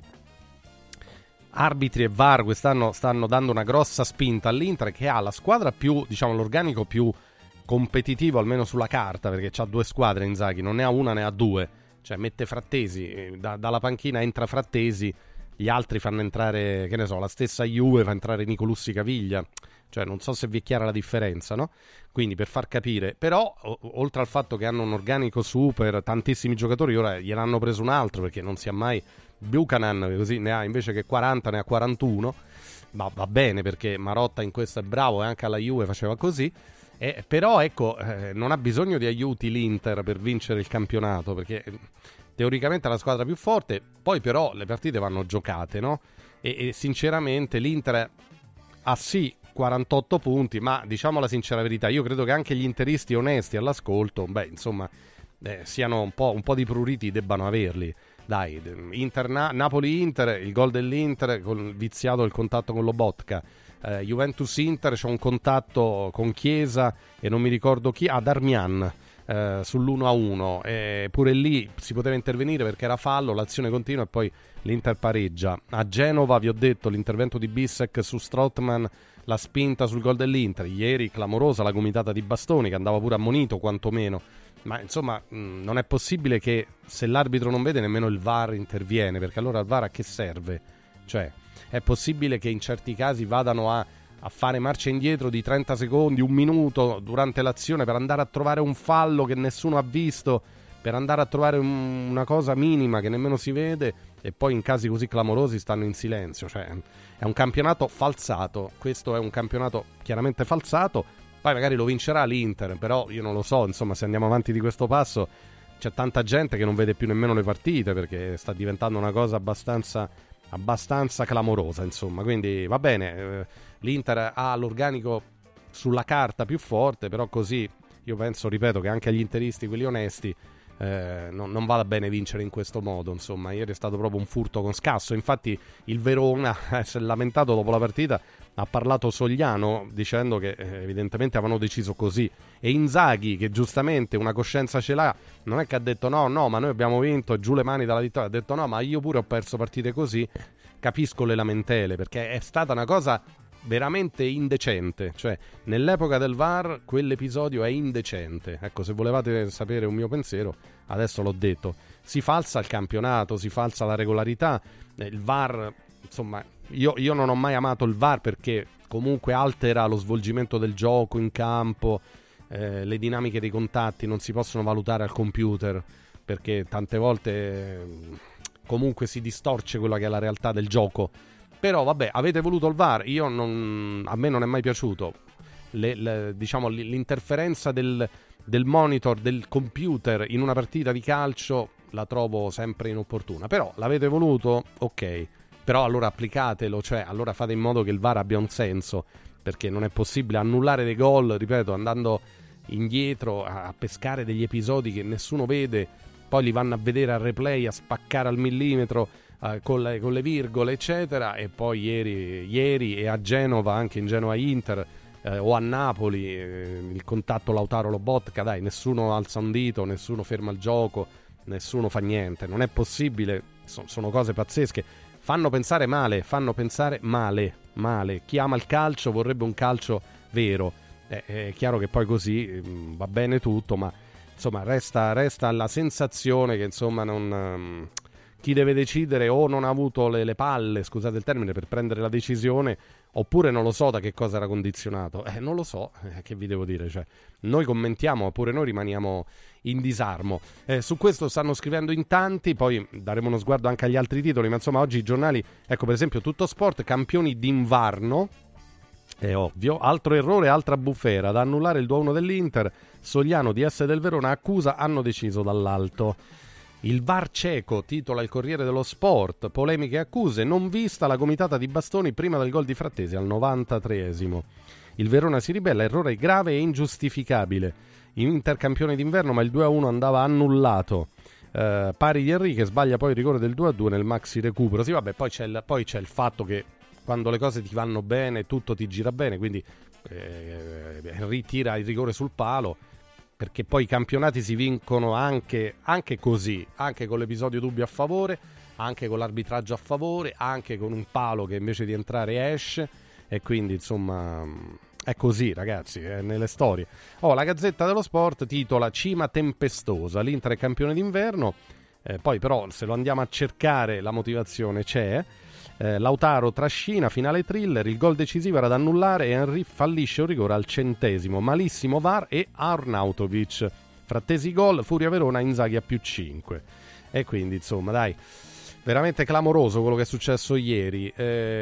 arbitri e V A R quest'anno stanno dando una grossa spinta all'Inter, che ha la squadra più, diciamo, l'organico più competitivo almeno sulla carta, perché c'ha due squadre Inzaghi, non ne ha una ne ha due, cioè mette Frattesi, da, dalla panchina entra Frattesi, gli altri fanno entrare, che ne so, la stessa Juve fa entrare Nicolussi Caviglia, cioè non so se vi è chiara la differenza, no? Quindi per far capire, però o, oltre al fatto che hanno un organico super, tantissimi giocatori, ora gliel'hanno preso un altro perché non si ha mai, Buchanan così ne ha invece che quaranta ne ha quarantuno, ma va bene perché Marotta in questo è bravo e anche alla Juve faceva così, eh, però ecco eh, non ha bisogno di aiuti l'Inter per vincere il campionato, perché teoricamente è la squadra più forte, poi però le partite vanno giocate, no? E, e sinceramente l'Inter ha sì quarantotto punti, ma diciamo la sincera verità, io credo che anche gli interisti onesti all'ascolto, beh insomma, eh, siano un po', un po' di pruriti debbano averli. Dai, Inter, Na- Napoli-Inter, il gol dell'Inter con viziato il contatto con Lobotka, eh, Juventus-Inter c'è un contatto con Chiesa e non mi ricordo chi, ah Darmian eh, sull'uno a uno, eh, pure lì si poteva intervenire perché era fallo, l'azione continua e poi l'Inter pareggia. A Genova vi ho detto l'intervento di Bissek su Strootman, la spinta sul gol dell'Inter, ieri clamorosa la gomitata di Bastoni che andava pure ammonito quantomeno. Ma insomma mh, non è possibile che se l'arbitro non vede nemmeno il V A R interviene, perché allora il V A R a che serve? Cioè è possibile che in certi casi vadano a a fare marcia indietro di trenta secondi, un minuto durante l'azione per andare a trovare un fallo che nessuno ha visto, per andare a trovare un, una cosa minima che nemmeno si vede, e poi in casi così clamorosi stanno in silenzio. Cioè, è un campionato falsato, questo è un campionato chiaramente falsato. Poi magari lo vincerà l'Inter, però io non lo so, insomma, se andiamo avanti di questo passo c'è tanta gente che non vede più nemmeno le partite, perché sta diventando una cosa abbastanza abbastanza clamorosa, insomma. Quindi va bene, eh, l'Inter ha l'organico sulla carta più forte, però così io penso, ripeto, che anche agli interisti, quelli onesti, eh, non, non vada bene vincere in questo modo, insomma. Ieri è stato proprio un furto con scasso. Infatti il Verona eh, si è lamentato dopo la partita, ha parlato Sogliano dicendo che eh, evidentemente avevano deciso così, e Inzaghi, che giustamente una coscienza ce l'ha, non è che ha detto no no ma noi abbiamo vinto, giù le mani dalla vittoria, ha detto no ma io pure ho perso partite così. Capisco le lamentele, perché è stata una cosa veramente indecente, cioè nell'epoca del V A R quell'episodio è indecente. Ecco, se volevate sapere un mio pensiero, adesso l'ho detto. Si falsa il campionato, si falsa la regolarità, il V A R, insomma, io, io non ho mai amato il V A R perché comunque altera lo svolgimento del gioco in campo, eh, le dinamiche dei contatti non si possono valutare al computer, perché tante volte eh, comunque si distorce quella che è la realtà del gioco. Però vabbè, avete voluto il V A R, io non, a me non è mai piaciuto. Le, le, diciamo l'interferenza del, del monitor, del computer in una partita di calcio la trovo sempre inopportuna. Però l'avete voluto? Ok. Però allora applicatelo, cioè allora fate in modo che il V A R abbia un senso, perché non è possibile annullare dei gol, ripeto, andando indietro a, a pescare degli episodi che nessuno vede, poi li vanno a vedere al replay, a spaccare al millimetro, Uh, con, le, con le virgole eccetera, e poi ieri, ieri e a Genova, anche in Genoa Inter, eh, o a Napoli, eh, il contatto Lautaro Lobotka, dai, nessuno alza un dito, nessuno ferma il gioco, nessuno fa niente, non è possibile, so, sono cose pazzesche, fanno pensare male, fanno pensare male, male, chi ama il calcio vorrebbe un calcio vero, eh, è chiaro che poi così mh, va bene tutto, ma insomma resta, resta la sensazione che insomma non... Um, chi deve decidere o non ha avuto le, le palle, scusate il termine, per prendere la decisione, oppure non lo so da che cosa era condizionato. Eh, non lo so, eh, che vi devo dire, cioè, noi commentiamo, oppure noi rimaniamo in disarmo. Eh, su questo stanno scrivendo in tanti, poi daremo uno sguardo anche agli altri titoli, ma insomma oggi i giornali, ecco per esempio Tutto Sport, campioni d'inverno, è ovvio, altro errore, altra bufera, da annullare il due a uno dell'Inter, Sogliano D S del Verona accusa, hanno deciso dall'alto. Il V A R cieco, titola il Corriere dello Sport, polemiche e accuse, non vista la gomitata di bastoni prima del gol di Frattesi al novantatreesimo. Il Verona si ribella, errore grave e ingiustificabile. Inter campione d'inverno, ma il due a uno andava annullato. Uh, pari di Henry che sbaglia poi il rigore del due a due nel maxi recupero. Sì, vabbè, poi c'è, il, poi c'è il fatto che quando le cose ti vanno bene tutto ti gira bene, quindi eh, Henry tira il rigore sul palo, perché poi i campionati si vincono anche, anche così, anche con l'episodio dubbio a favore, anche con l'arbitraggio a favore, anche con un palo che invece di entrare esce, e quindi insomma è così ragazzi, è nelle storie. Oh, la Gazzetta dello Sport titola Cima tempestosa, l'Inter è campione d'inverno, eh, poi però se lo andiamo a cercare la motivazione c'è. Eh, Lautaro trascina, finale thriller, il gol decisivo era da annullare e Henry fallisce un rigore al centesimo, malissimo V A R e Arnautovic, Frattesi gol, Furia Verona, Inzaghi a più cinque, e quindi insomma dai, veramente clamoroso quello che è successo ieri,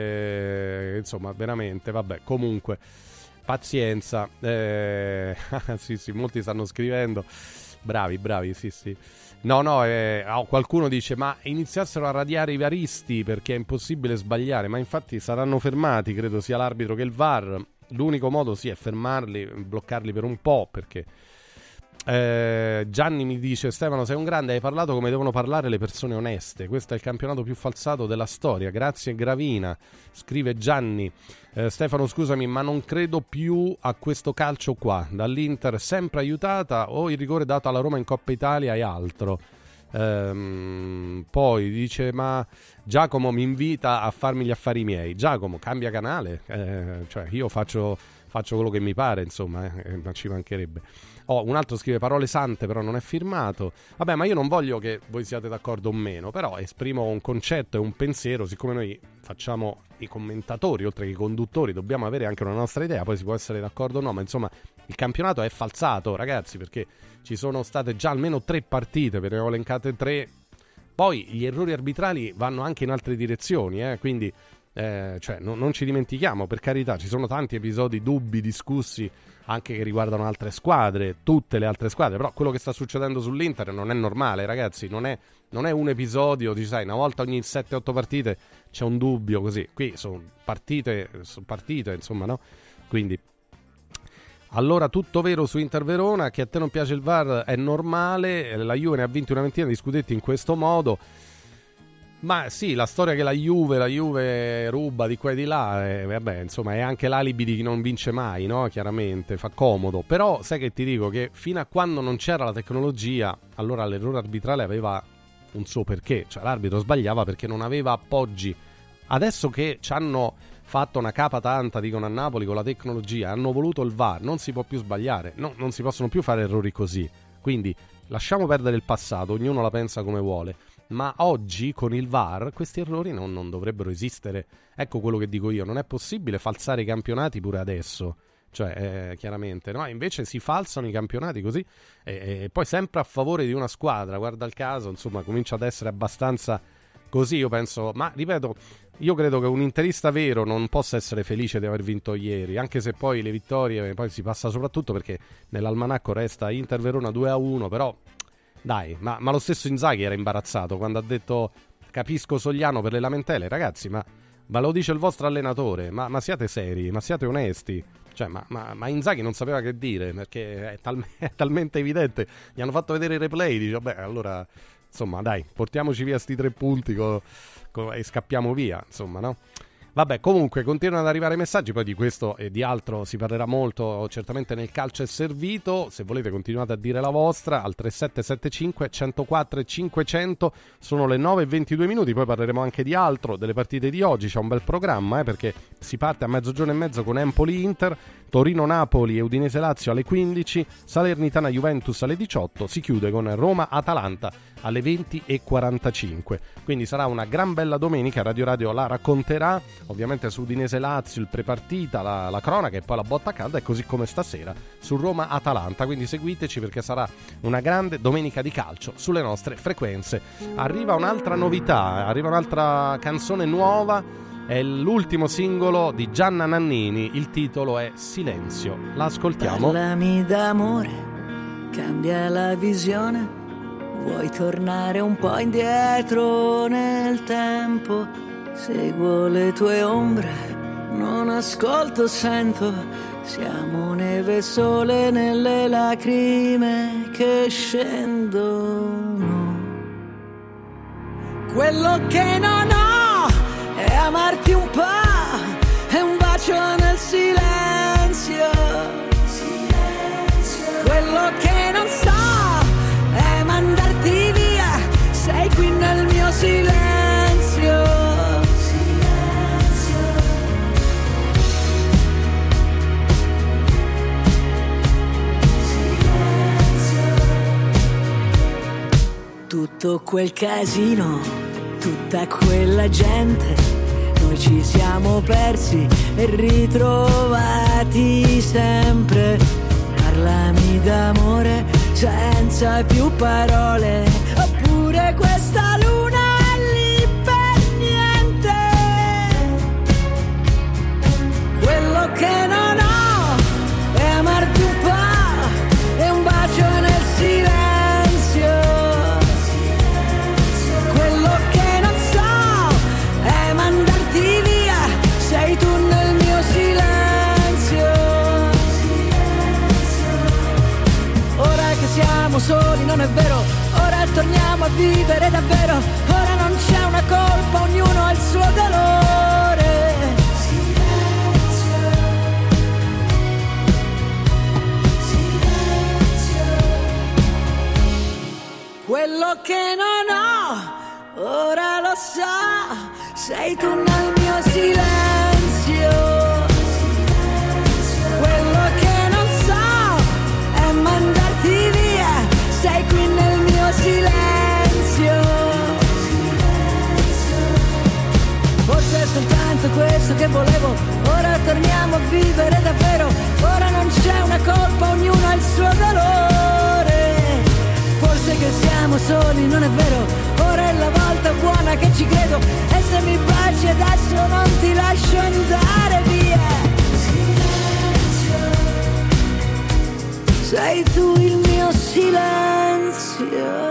eh, insomma veramente, vabbè, comunque pazienza, eh, sì sì, molti stanno scrivendo, bravi bravi, sì sì. No, no, eh, oh, qualcuno dice ma iniziassero a radiare i varisti perché è impossibile sbagliare, ma infatti saranno fermati, credo sia l'arbitro che il V A R, l'unico modo sì è fermarli, bloccarli per un po', perché eh, Gianni mi dice Stefano sei un grande, hai parlato come devono parlare le persone oneste, questo è il campionato più falsato della storia, grazie Gravina, scrive Gianni. eh, Stefano scusami ma non credo più a questo calcio qua, dall'Inter sempre aiutata, o il rigore dato alla Roma in Coppa Italia e altro. Ehm, poi dice ma Giacomo mi invita a farmi gli affari miei. Giacomo cambia canale, eh, cioè io faccio, faccio quello che mi pare, insomma, eh, ma ci mancherebbe. Oh, un altro scrive parole sante però non è firmato. Vabbè, ma io non voglio che voi siate d'accordo o meno, però esprimo un concetto e un pensiero, siccome noi facciamo i commentatori oltre che i conduttori, dobbiamo avere anche una nostra idea, poi si può essere d'accordo o no, ma insomma il campionato è falsato, ragazzi, perché ci sono state già almeno tre partite, ve ne ho elencate tre. Poi gli errori arbitrali vanno anche in altre direzioni, eh? quindi eh, cioè, no, non ci dimentichiamo, per carità, ci sono tanti episodi dubbi, discussi, anche che riguardano altre squadre, tutte le altre squadre, però quello che sta succedendo sull'Inter non è normale, ragazzi, non è, non è un episodio, ti sai, una volta ogni sette otto partite c'è un dubbio così, qui sono partite, sono partite, insomma, no? Quindi, allora, tutto vero su Inter Verona, che a te non piace il V A R è normale, la Juve ne ha vinti una ventina di scudetti in questo modo. Ma sì, la storia che la Juve, la Juve ruba di qua e di là, eh, vabbè, insomma, è anche l'alibi di chi non vince mai, no? Chiaramente, fa comodo. Però sai che ti dico che fino a quando non c'era la tecnologia, allora l'errore arbitrale aveva un suo perché. Cioè l'arbitro sbagliava perché non aveva appoggi. Adesso che ci hanno fatto una capa tanta, dicono a Napoli, con la tecnologia, hanno voluto il V A R, non si può più sbagliare, no, non si possono più fare errori così. Quindi lasciamo perdere il passato, ognuno la pensa come vuole. Ma oggi con il V A R questi errori non, non dovrebbero esistere. Ecco quello che dico io, non è possibile falsare i campionati pure adesso, cioè eh, chiaramente, no? Invece si falsano i campionati così e, e poi sempre a favore di una squadra, guarda il caso, insomma comincia ad essere abbastanza così, io penso, ma ripeto, io credo che un interista vero non possa essere felice di aver vinto ieri, anche se poi le vittorie, poi si passa soprattutto perché nell'almanacco resta Inter Verona due a uno, però dai, ma, ma lo stesso Inzaghi era imbarazzato quando ha detto capisco Sogliano per le lamentele, ragazzi, ma, ma lo dice il vostro allenatore, ma, ma siate seri, ma siate onesti, cioè ma, ma, ma Inzaghi non sapeva che dire perché è, tal- è talmente evidente, gli hanno fatto vedere i replay, dice vabbè allora insomma dai, portiamoci via sti tre punti co- co- e scappiamo via, insomma, no? Vabbè, comunque continuano ad arrivare messaggi, poi di questo e di altro si parlerà molto certamente nel Calcio è Servito. Se volete continuate a dire la vostra al tre sette sette cinque uno zero quattro cinquecento. Sono le nove e ventidue minuti, poi parleremo anche di altro, delle partite di oggi. C'è un bel programma, eh, perché si parte a mezzogiorno e mezzo con Empoli-Inter, Torino-Napoli e Udinese-Lazio alle quindici, Salernitana-Juventus alle diciotto, si chiude con Roma-Atalanta alle venti e quarantacinque. Quindi sarà una gran bella domenica, Radio Radio la racconterà, ovviamente su Udinese-Lazio il prepartita, la, la cronaca e poi la botta calda, e così come stasera su Roma-Atalanta. Quindi seguiteci perché sarà una grande domenica di calcio sulle nostre frequenze. Arriva un'altra novità, arriva un'altra canzone nuova, è l'ultimo singolo di Gianna Nannini, il titolo è Silenzio, la ascoltiamo. Parlami d'amore, cambia la visione, vuoi tornare un po' indietro nel tempo, seguo le tue ombre, non ascolto, sento, siamo neve e sole nelle lacrime che scendono. Quello che non ho è amarti un po', è un bacio nel silenzio. Silenzio. Quello che non so è mandarti via, sei qui nel mio silenzio. Silenzio. Silenzio. Tutto quel casino, tutta quella gente, noi ci siamo persi e ritrovati sempre. Parlami d'amore senza più parole, oppure questa luna è lì per niente. Quello che non ho è amarti un po', è un bacio nel silenzio. Quello che non so è mandarti via, sei tu nel mio silenzio. Ora che siamo soli non è vero, ora torniamo a vivere davvero, ora non c'è una colpa, ognuno ha il suo dolore. Silenzio. Silenzio. Quello che non ho ora lo so, sei tu nel mio silenzio. Quello che non so è mandarti via, sei qui nel mio silenzio. Forse soltanto questo che volevo. Ora torniamo a vivere davvero. Ora non c'è una colpa, ognuno ha il suo dolore. Forse che siamo soli, non è vero. Ora è la volta buona che ci credo. E se mi baci adesso non ti lascio andare via. Sei tu il mio silenzio.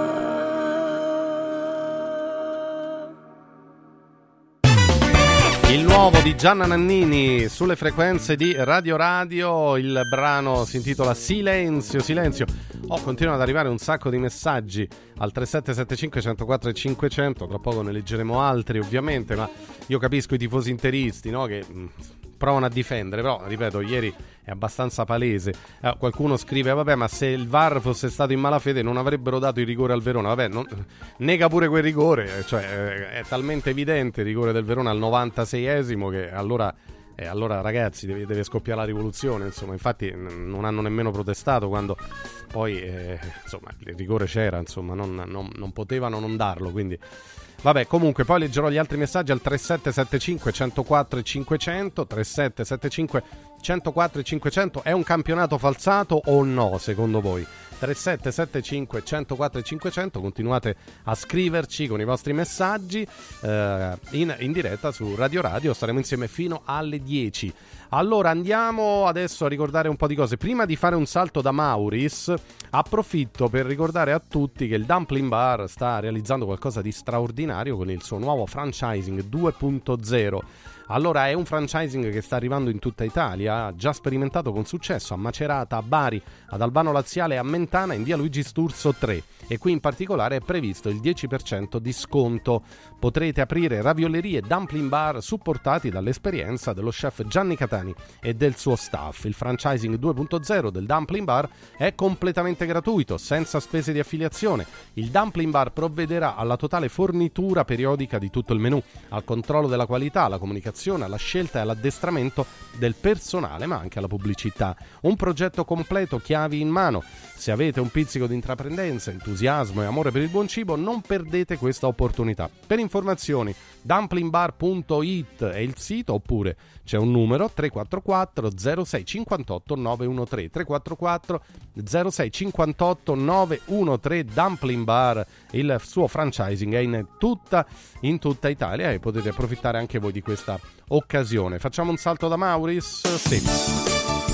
Il nuovo di Gianna Nannini sulle frequenze di Radio Radio, il brano si intitola Silenzio, Silenzio. Oh, continuano ad arrivare un sacco di messaggi al tre sette sette cinque uno zero quattro cinquecento, tra poco ne leggeremo altri ovviamente, ma io capisco i tifosi interisti, no, che mh, provano a difendere, però ripeto, ieri è abbastanza palese. Eh, qualcuno scrive, vabbè, ma se il V A R fosse stato in malafede non avrebbero dato il rigore al Verona. Vabbè, non, nega pure quel rigore, cioè eh, è talmente evidente il rigore del Verona al novantaseiesimo che allora, eh, allora ragazzi deve, deve scoppiare la rivoluzione, insomma. Infatti n- non hanno nemmeno protestato quando poi eh, insomma il rigore c'era, insomma, non, non, non potevano non darlo, quindi vabbè. Comunque poi leggerò gli altri messaggi al tre sette sette cinque uno zero quattro cinquecento, tre sette sette cinque uno zero quattro cinquecento. È un campionato falsato o no, secondo voi? tre sette sette cinque uno zero quattro cinquecento. Continuate a scriverci con i vostri messaggi eh, in, in diretta su Radio Radio. Staremo insieme fino alle dieci. Allora andiamo adesso a ricordare un po' di cose. Prima di fare un salto da Mauris, approfitto per ricordare a tutti che il Dumpling Bar sta realizzando qualcosa di straordinario con il suo nuovo franchising due punto zero. Allora, è un franchising che sta arrivando in tutta Italia, già sperimentato con successo a Macerata, a Bari, ad Albano Laziale e a Mentana in via Luigi Sturzo tre. E qui in particolare è previsto il dieci per cento di sconto. Potrete aprire raviolerie e dumpling bar supportati dall'esperienza dello chef Gianni Catani e del suo staff. Il franchising due punto zero del Dumpling Bar è completamente gratuito, senza spese di affiliazione. Il Dumpling Bar provvederà alla totale fornitura periodica di tutto il menù, al controllo della qualità, alla comunicazione, alla scelta e all'addestramento del personale, ma anche alla pubblicità. Un progetto completo, chiavi in mano. Se avete un pizzico di intraprendenza, entusiasmo e amore per il buon cibo, non perdete questa opportunità. Per informazioni dumpling bar punto it è il sito, oppure c'è un numero tre quattro quattro zero sei cinquantotto nove uno tre, tre quattro quattro zero sei cinquantotto nove uno tre. Dumpling Bar, il suo franchising è in tutta, in tutta Italia e potete approfittare anche voi di questa occasione. Facciamo un salto da Mauris? Sì.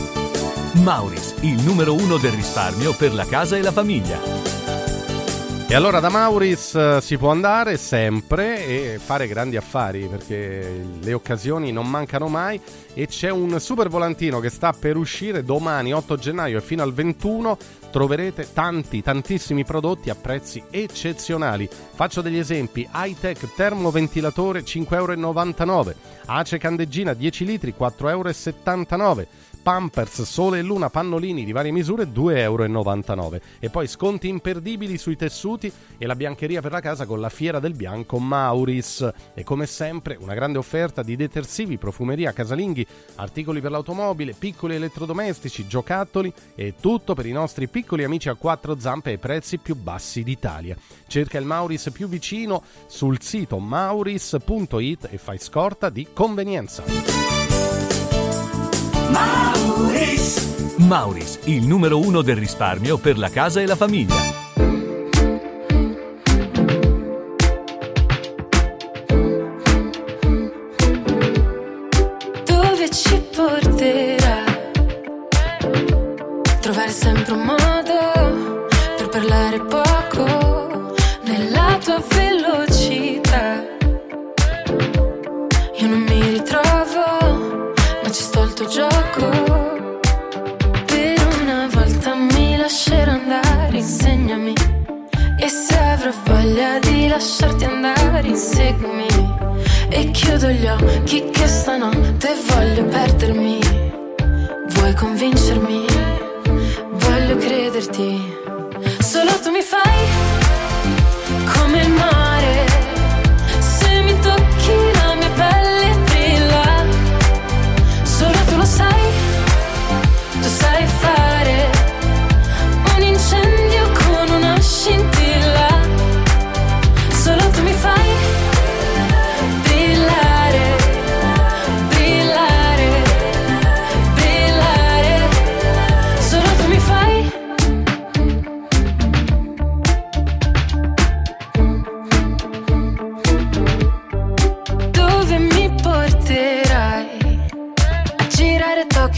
Mauris, il numero uno del risparmio per la casa e la famiglia. E allora da Mauris uh, si può andare sempre e fare grandi affari, perché le occasioni non mancano mai, e c'è un super volantino che sta per uscire domani otto gennaio e fino al ventuno. Troverete tanti, tantissimi prodotti a prezzi eccezionali. Faccio degli esempi: Hightech termoventilatore cinque virgola novantanove euro, Ace candeggina dieci litri quattro virgola settantanove euro, Pampers Sole e Luna pannolini di varie misure due virgola novantanove euro. E poi sconti imperdibili sui tessuti e la biancheria per la casa con la Fiera del Bianco Mauris. E come sempre una grande offerta di detersivi, profumeria, casalinghi, articoli per l'automobile, piccoli elettrodomestici, giocattoli e tutto per i nostri piccoli amici a quattro zampe ai prezzi più bassi d'Italia. Cerca il Mauris più vicino sul sito mauris punto it e fai scorta di convenienza. Mauris. Mauris, il numero uno del risparmio per la casa e la famiglia. Dove ci porterà? Trovare sempre un modo per parlare poco nella tua velocità. Io non mi ritrovo, ma ci sto al tuo gioco. Per una volta mi lascerò andare, insegnami. E se avrò voglia di lasciarti andare, inseguimi. E chiudo gli occhi che stanotte voglio perdermi. Vuoi convincermi? Voglio crederti. Solo tu mi fai come il mare. Se mi tocchi la mia pelle brilla. Solo tu lo sai, tu sai fare un incendio con una scintilla. Solo tu mi fai brillare.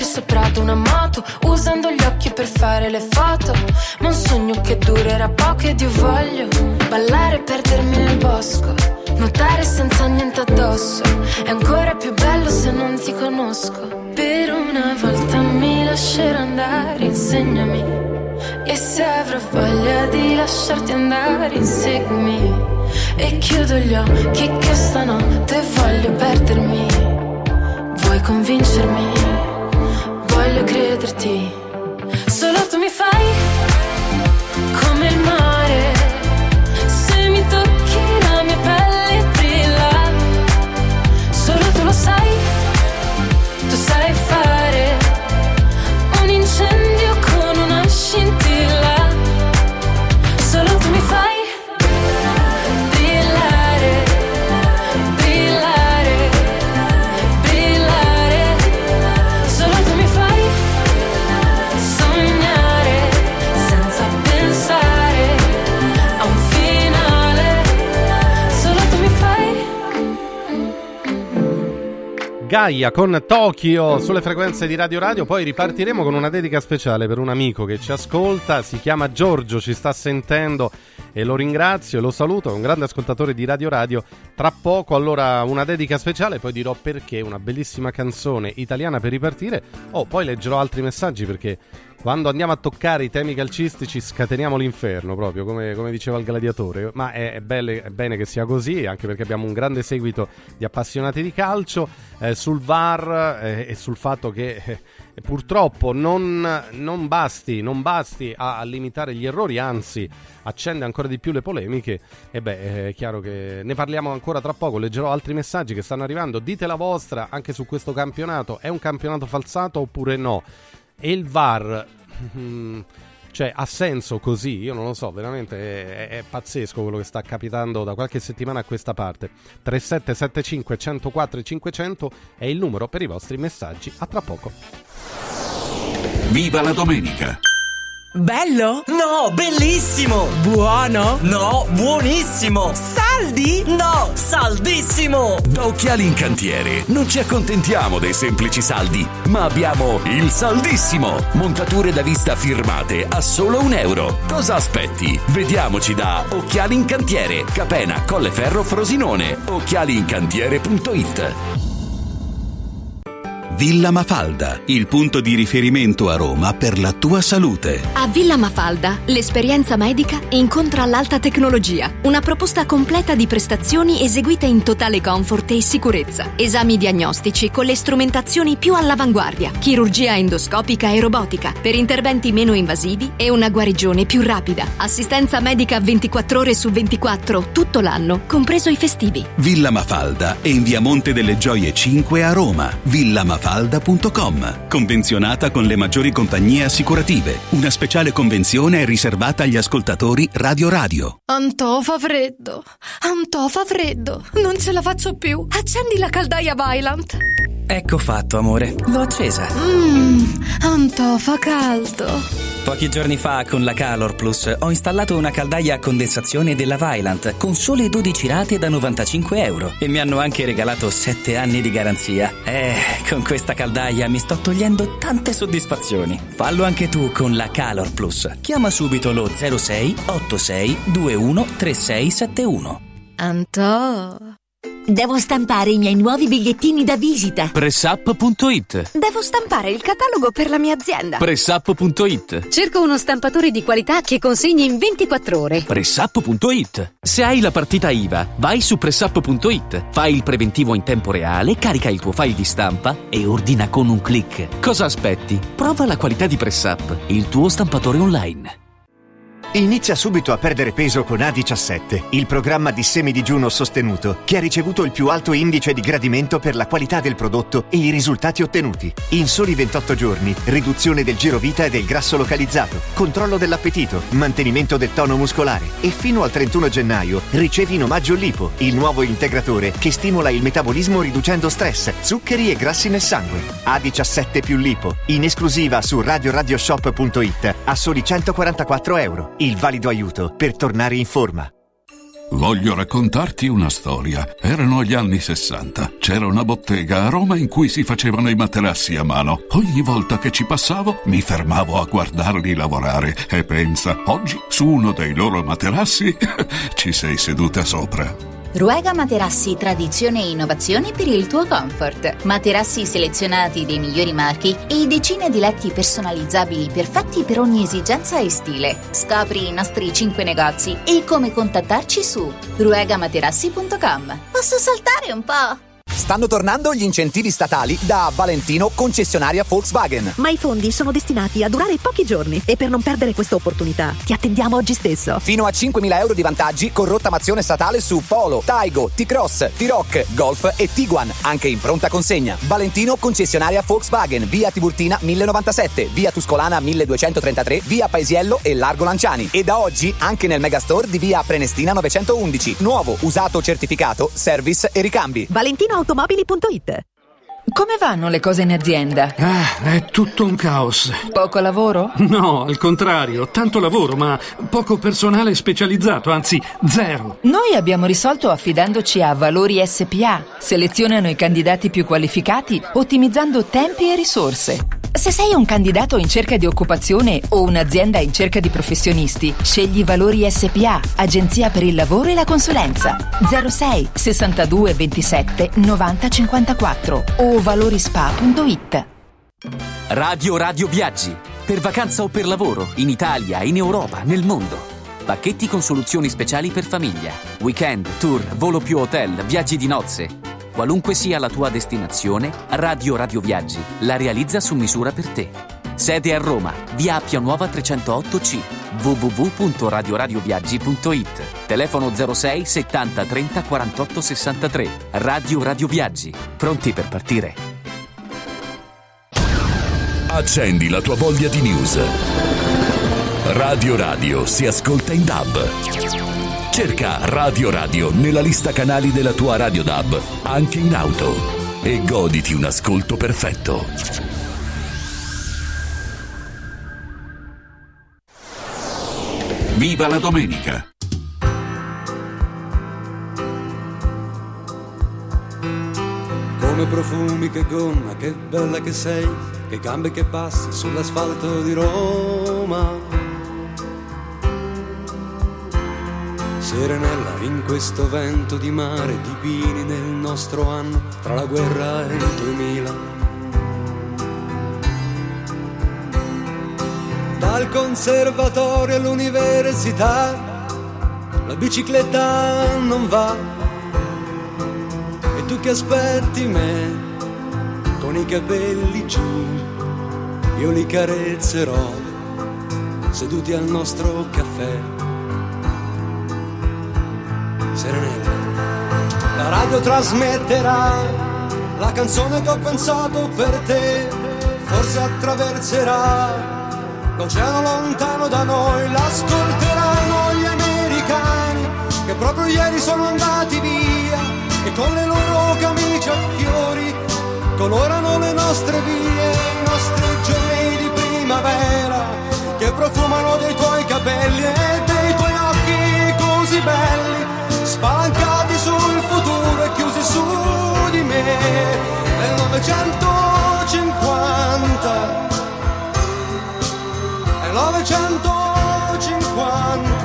sopra ad una moto, usando gli occhi per fare le foto. Ma un sogno che durerà poco ed io voglio ballare e perdermi nel bosco, nuotare senza niente addosso. È ancora più bello se non ti conosco. Per una volta mi lascerò andare, insegnami. E se avrò voglia di lasciarti andare, inseguimi. E chiudo gli occhi che stanotte voglio perdermi. Vuoi convincermi? Voglio crederti. Solo tu mi fai come il mare. Se mi tocchi la mia pelle brilla. Solo tu lo sai. Tu sai fare un incendio con una scintilla. Solo tu mi fai brillare, brillare, brillare. Solo tu mi fai sognare senza pensare a un finale. Solo tu mi fai. Gaia con Tokyo sulle frequenze di Radio Radio. Poi ripartiremo con una dedica speciale per un amico che ci ascolta, si chiama Giorgio, ci sta sentendo e lo ringrazio e lo saluto, è un grande ascoltatore di Radio Radio. Tra poco allora una dedica speciale, poi dirò perché, una bellissima canzone italiana per ripartire. Oh, poi leggerò altri messaggi perché quando andiamo a toccare i temi calcistici scateniamo l'inferno, proprio come, come diceva il gladiatore. Ma è, è, belle, è bene che sia così, anche perché abbiamo un grande seguito di appassionati di calcio, eh, sul V A R eh, e sul fatto che eh, purtroppo non, non basti, non basti a, a limitare gli errori, anzi accende ancora di più le polemiche. E beh, è chiaro che ne parliamo ancora tra poco, leggerò altri messaggi che stanno arrivando. Dite la vostra anche su questo campionato, è un campionato falsato oppure no? E il V A R, mm, cioè ha senso così? Io non lo so, veramente è, è pazzesco quello che sta capitando da qualche settimana a questa parte. Tre sette sette cinque uno zero quattro cinquecento è il numero per i vostri messaggi. A tra poco. Viva la domenica! Bello? No, bellissimo! Buono? No, buonissimo! Saldi? No, saldissimo! Da Occhiali in Cantiere non ci accontentiamo dei semplici saldi, ma abbiamo il saldissimo! Montature da vista firmate a solo un euro. Cosa aspetti? Vediamoci da Occhiali in Cantiere, Capena, Colleferro, Frosinone. occhiali in cantiere punto it. Villa Mafalda, il punto di riferimento a Roma per la tua salute. A Villa Mafalda, l'esperienza medica incontra l'alta tecnologia. Una proposta completa di prestazioni eseguite in totale comfort e sicurezza. Esami diagnostici con le strumentazioni più all'avanguardia. Chirurgia endoscopica e robotica per interventi meno invasivi e una guarigione più rapida. Assistenza medica ventiquattro ore su ventiquattro tutto l'anno, compreso i festivi. Villa Mafalda è in via Monte delle Gioie cinque a Roma. Villa Mafalda punto com. Convenzionata con le maggiori compagnie assicurative. Una speciale convenzione è riservata agli ascoltatori Radio Radio. Antò fa freddo, Antò fa freddo, non ce la faccio più. Accendi la caldaia Vaillant. Ecco fatto, amore, l'ho accesa. Mmm, Antò fa caldo. Pochi giorni fa con la Calor Plus ho installato una caldaia a condensazione della Vaillant con sole dodici rate da novantacinque euro e mi hanno anche regalato sette anni di garanzia. Eh, con questa caldaia mi sto togliendo tante soddisfazioni. Fallo anche tu con la Calor Plus. Chiama subito lo zero sei otto sei due uno tre sei sette uno. Antò. Devo stampare i miei nuovi bigliettini da visita. Pressup punto it. Devo stampare il catalogo per la mia azienda. Pressup punto it. Cerco uno stampatore di qualità che consegni in ventiquattro ore. Pressup punto it. Se hai la partita I V A, vai su Pressup punto it, fai il preventivo in tempo reale, carica il tuo file di stampa e ordina con un click. Cosa aspetti? Prova la qualità di Pressup, il tuo stampatore online. Inizia subito a perdere peso con A diciassette, il programma di semidigiuno sostenuto che ha ricevuto il più alto indice di gradimento per la qualità del prodotto e i risultati ottenuti. In soli ventotto giorni, riduzione del girovita e del grasso localizzato, controllo dell'appetito, mantenimento del tono muscolare e fino al trentuno gennaio ricevi in omaggio Lipo, il nuovo integratore che stimola il metabolismo riducendo stress, zuccheri e grassi nel sangue. A diciassette più Lipo, in esclusiva su radio radio shop punto it a soli centoquarantaquattro euro. Il valido aiuto per tornare in forma. Voglio raccontarti una storia. Erano gli anni sessanta. C'era una bottega a Roma in cui si facevano i materassi a mano. Ogni volta che ci passavo mi fermavo a guardarli lavorare e pensa, oggi su uno dei loro materassi ci sei seduta sopra. Ruega Materassi, tradizione e innovazione per il tuo comfort. Materassi selezionati dei migliori marchi e decine di letti personalizzabili perfetti per ogni esigenza e stile. Scopri i nostri cinque negozi e come contattarci su ruega materassi punto com. Posso saltare un po'? Stanno tornando gli incentivi statali da Valentino, concessionaria Volkswagen. Ma i fondi sono destinati a durare pochi giorni e per non perdere questa opportunità ti attendiamo oggi stesso. Fino a cinquemila euro di vantaggi con rottamazione statale su Polo, Taigo, T-Cross, T-Roc, Golf e Tiguan, anche in pronta consegna. Valentino, concessionaria Volkswagen, via Tiburtina mille novantasette, via Tuscolana milleduecentotrentatré, via Paesiello e Largo Lanciani. E da oggi anche nel megastore di via Prenestina novecentoundici. Nuovo, usato, certificato, service e ricambi. valentino automobili punto it. Come vanno le cose in azienda? Ah, è tutto un caos. Poco lavoro? No, al contrario, tanto lavoro, ma poco personale specializzato, anzi zero. Noi abbiamo risolto affidandoci a Valori S P A. Selezionano i candidati più qualificati, ottimizzando tempi e risorse. Se sei un candidato in cerca di occupazione o un'azienda in cerca di professionisti, scegli Valori S P A, agenzia per il lavoro e la consulenza. zero sei sessantadue ventisette novanta cinquantaquattro o valorispa punto it. Radio Radio Viaggi. Per vacanza o per lavoro, in Italia, in Europa, nel mondo. Pacchetti con soluzioni speciali per famiglia. Weekend, tour, volo più hotel, viaggi di nozze. Qualunque sia la tua destinazione, Radio Radio Viaggi la realizza su misura per te. Sede a Roma, via Appia Nuova trecentootto C, w w w punto radio radio viaggi punto it. Telefono zero sei settanta trenta quarantotto sessantatré. Radio Radio Viaggi, pronti per partire. Accendi la tua voglia di news. Radio Radio si ascolta in D A B. Cerca Radio Radio nella lista canali della tua Radio D A B, anche in auto, e goditi un ascolto perfetto. Viva la domenica! Come profumi, che gonna, che bella che sei, che gambe che passi sull'asfalto di Roma. Serenella in questo vento di mare, di pini nel nostro anno, tra la guerra e il duemila. Dal conservatorio all'università, la bicicletta non va. E tu che aspetti me, con i capelli giù, io li carezzerò, seduti al nostro caffè. Serenella. La radio trasmetterà la canzone che ho pensato per te, forse attraverserà l'oceano lontano da noi, l'ascolteranno gli americani che proprio ieri sono andati via e con le loro camicie a fiori colorano le nostre vie, i nostri giorni di primavera che profumano dei tuoi capelli e dei tuoi occhi così belli, spalancati sul futuro e chiusi su di me. Nel novecentocinquanta, nel novecentocinquanta.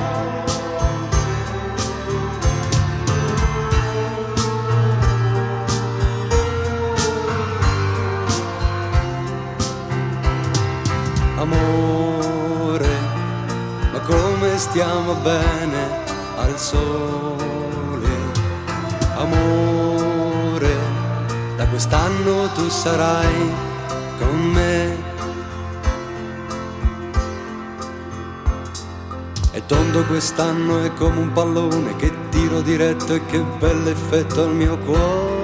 Amore, ma come stiamo bene al sole. Amore, da quest'anno tu sarai con me. E tondo quest'anno è come un pallone che tiro diretto e che bell'effetto al mio cuore.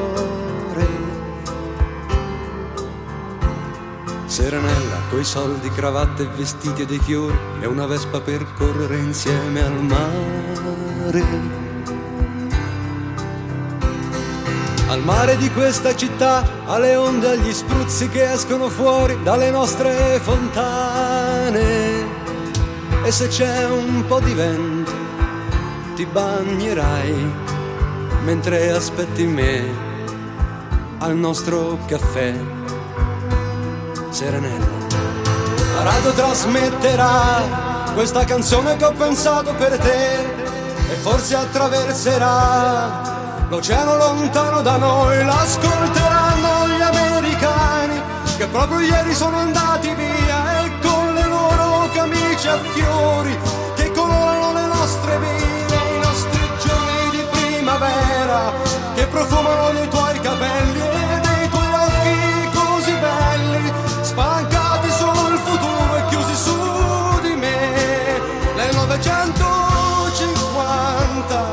Serenella, coi soldi, cravatte e vestiti e dei fiori, e una vespa per correre insieme al mare. Al mare di questa città, alle onde, agli spruzzi che escono fuori dalle nostre fontane. E se c'è un po' di vento, ti bagnerai mentre aspetti me al nostro caffè. Serenella. La radio trasmetterà questa canzone che ho pensato per te e forse attraverserà l'oceano lontano da noi. L'ascolteranno gli americani che proprio ieri sono andati via, e con le loro camicie a fiori che colorano le nostre vie, i nostri giorni di primavera che profumano dei tuoi capelli e dei tuoi occhi così belli, spalancati sul futuro e chiusi su di me. Nel novecentocinquanta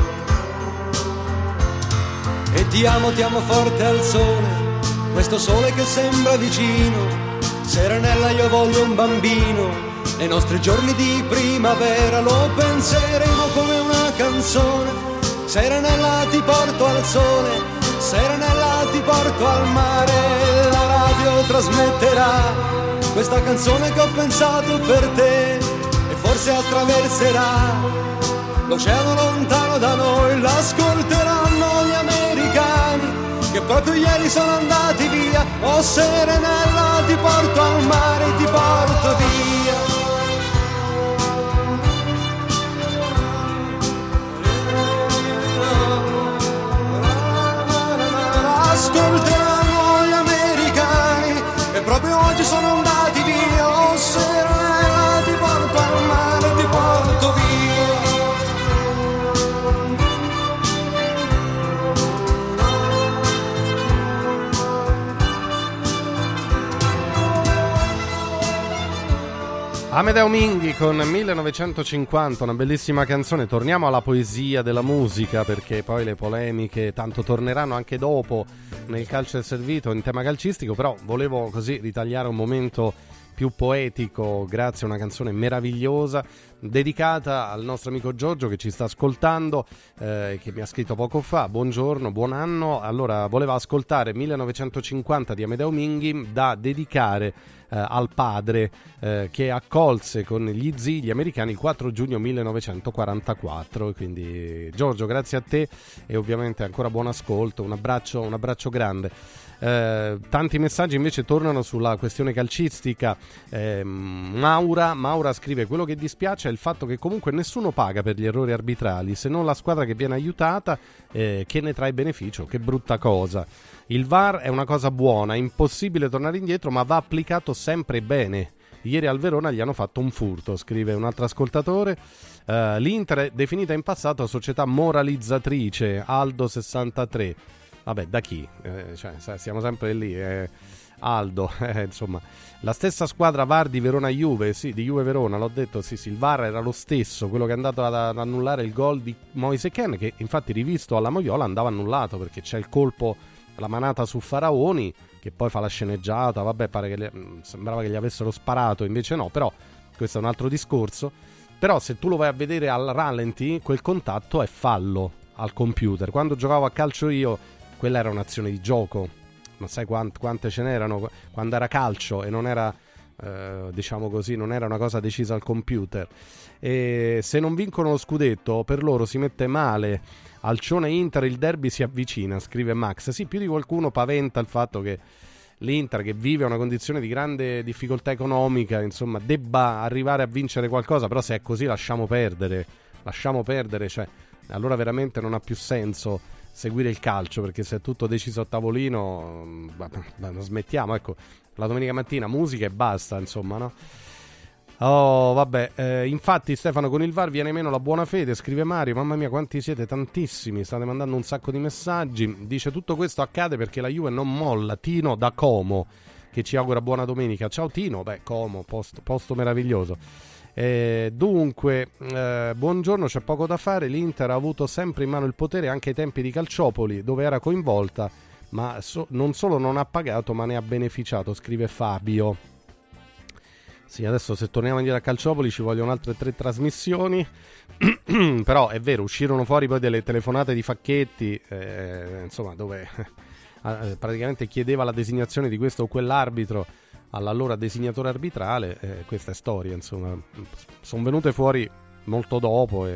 e ti amo, ti amo forte al sole, questo sole che sembra vicino. Serenella, io voglio un bambino, nei nostri giorni di primavera lo penseremo come una canzone. Serenella, ti porto al sole, Serenella, ti porto al mare. La radio trasmetterà questa canzone che ho pensato per te e forse attraverserà l'oceano lontano da noi. L'ascolteranno gli americani che proprio ieri sono andati via. Oh Serenella, ti porto al mare, ti porto via. Ascolteranno gli americani che proprio oggi sono andati via. Oh Serenella, ti porto al mare, ti porto via. Amedeo Minghi con millenovecentocinquanta, una bellissima canzone. Torniamo alla poesia della musica, perché poi le polemiche tanto torneranno anche dopo nel calcio è servito in tema calcistico, però volevo così ritagliare un momento più poetico grazie a una canzone meravigliosa dedicata al nostro amico Giorgio che ci sta ascoltando, eh, che mi ha scritto poco fa. Buongiorno, buon anno. Allora, voleva ascoltare millenovecentocinquanta di Amedeo Minghi da dedicare eh, al padre eh, che accolse con gli zii gli americani il quattro giugno millenovecentoquarantaquattro. Quindi Giorgio, grazie a te e ovviamente ancora buon ascolto, un abbraccio, un abbraccio grande. Eh, tanti messaggi invece tornano sulla questione calcistica. eh, Maura, Maura scrive: quello che dispiace è il fatto che comunque nessuno paga per gli errori arbitrali, se non la squadra che viene aiutata, eh, che ne trae beneficio. Che brutta cosa. Il V A R è una cosa buona, è impossibile tornare indietro, ma va applicato sempre bene. Ieri al Verona gli hanno fatto un furto, scrive un altro ascoltatore. uh, L'Inter è definita in passato società moralizzatrice. Aldo sessantatré. Vabbè, da chi? Eh, cioè, siamo sempre lì, eh. Aldo, eh, insomma. La stessa squadra V A R di Verona-Juve, sì, di Juve-Verona, l'ho detto, sì, sì, il V A R era lo stesso, quello che è andato ad, ad annullare il gol di Moise Kean, che infatti rivisto alla Moiola andava annullato, perché c'è il colpo, la manata su Faraoni, che poi fa la sceneggiata, vabbè, pare che le, sembrava che gli avessero sparato, invece no, però questo è un altro discorso. Però se tu lo vai a vedere al rallenti, quel contatto è fallo al computer. Quando giocavo a calcio io, quella era un'azione di gioco, ma sai quant- quante ce n'erano quando era calcio e non era, eh, diciamo così, non era una cosa decisa al computer. E se non vincono lo scudetto, per loro si mette male. Alcione Inter, il derby si avvicina, scrive Max. Sì, più di qualcuno paventa il fatto che l'Inter, che vive una condizione di grande difficoltà economica, insomma, debba arrivare a vincere qualcosa. Però se è così lasciamo perdere, lasciamo perdere, cioè, allora veramente non ha più senso seguire il calcio, perché se è tutto deciso a tavolino, beh, non smettiamo, ecco, la domenica mattina musica e basta, insomma, no? Oh, vabbè, eh, infatti Stefano, con il V A R viene meno la buona fede, scrive Mario. Mamma mia, quanti siete, tantissimi, state mandando un sacco di messaggi. Dice: tutto questo accade perché la Juve non molla. Tino da Como, che ci augura buona domenica. Ciao Tino, beh, Como, posto, posto meraviglioso. Eh, dunque, eh, buongiorno, c'è poco da fare. L'Inter ha avuto sempre in mano il potere anche ai tempi di Calciopoli, dove era coinvolta, ma so- non solo non ha pagato, ma ne ha beneficiato, scrive Fabio. Sì, adesso se torniamo indietro a Calciopoli ci vogliono altre tre trasmissioni. Però è vero, uscirono fuori poi delle telefonate di Facchetti, eh, insomma, dove eh, praticamente chiedeva la designazione di questo o quell'arbitro all'allora designatore arbitrale. Eh, questa è storia, insomma, sono venute fuori molto dopo e,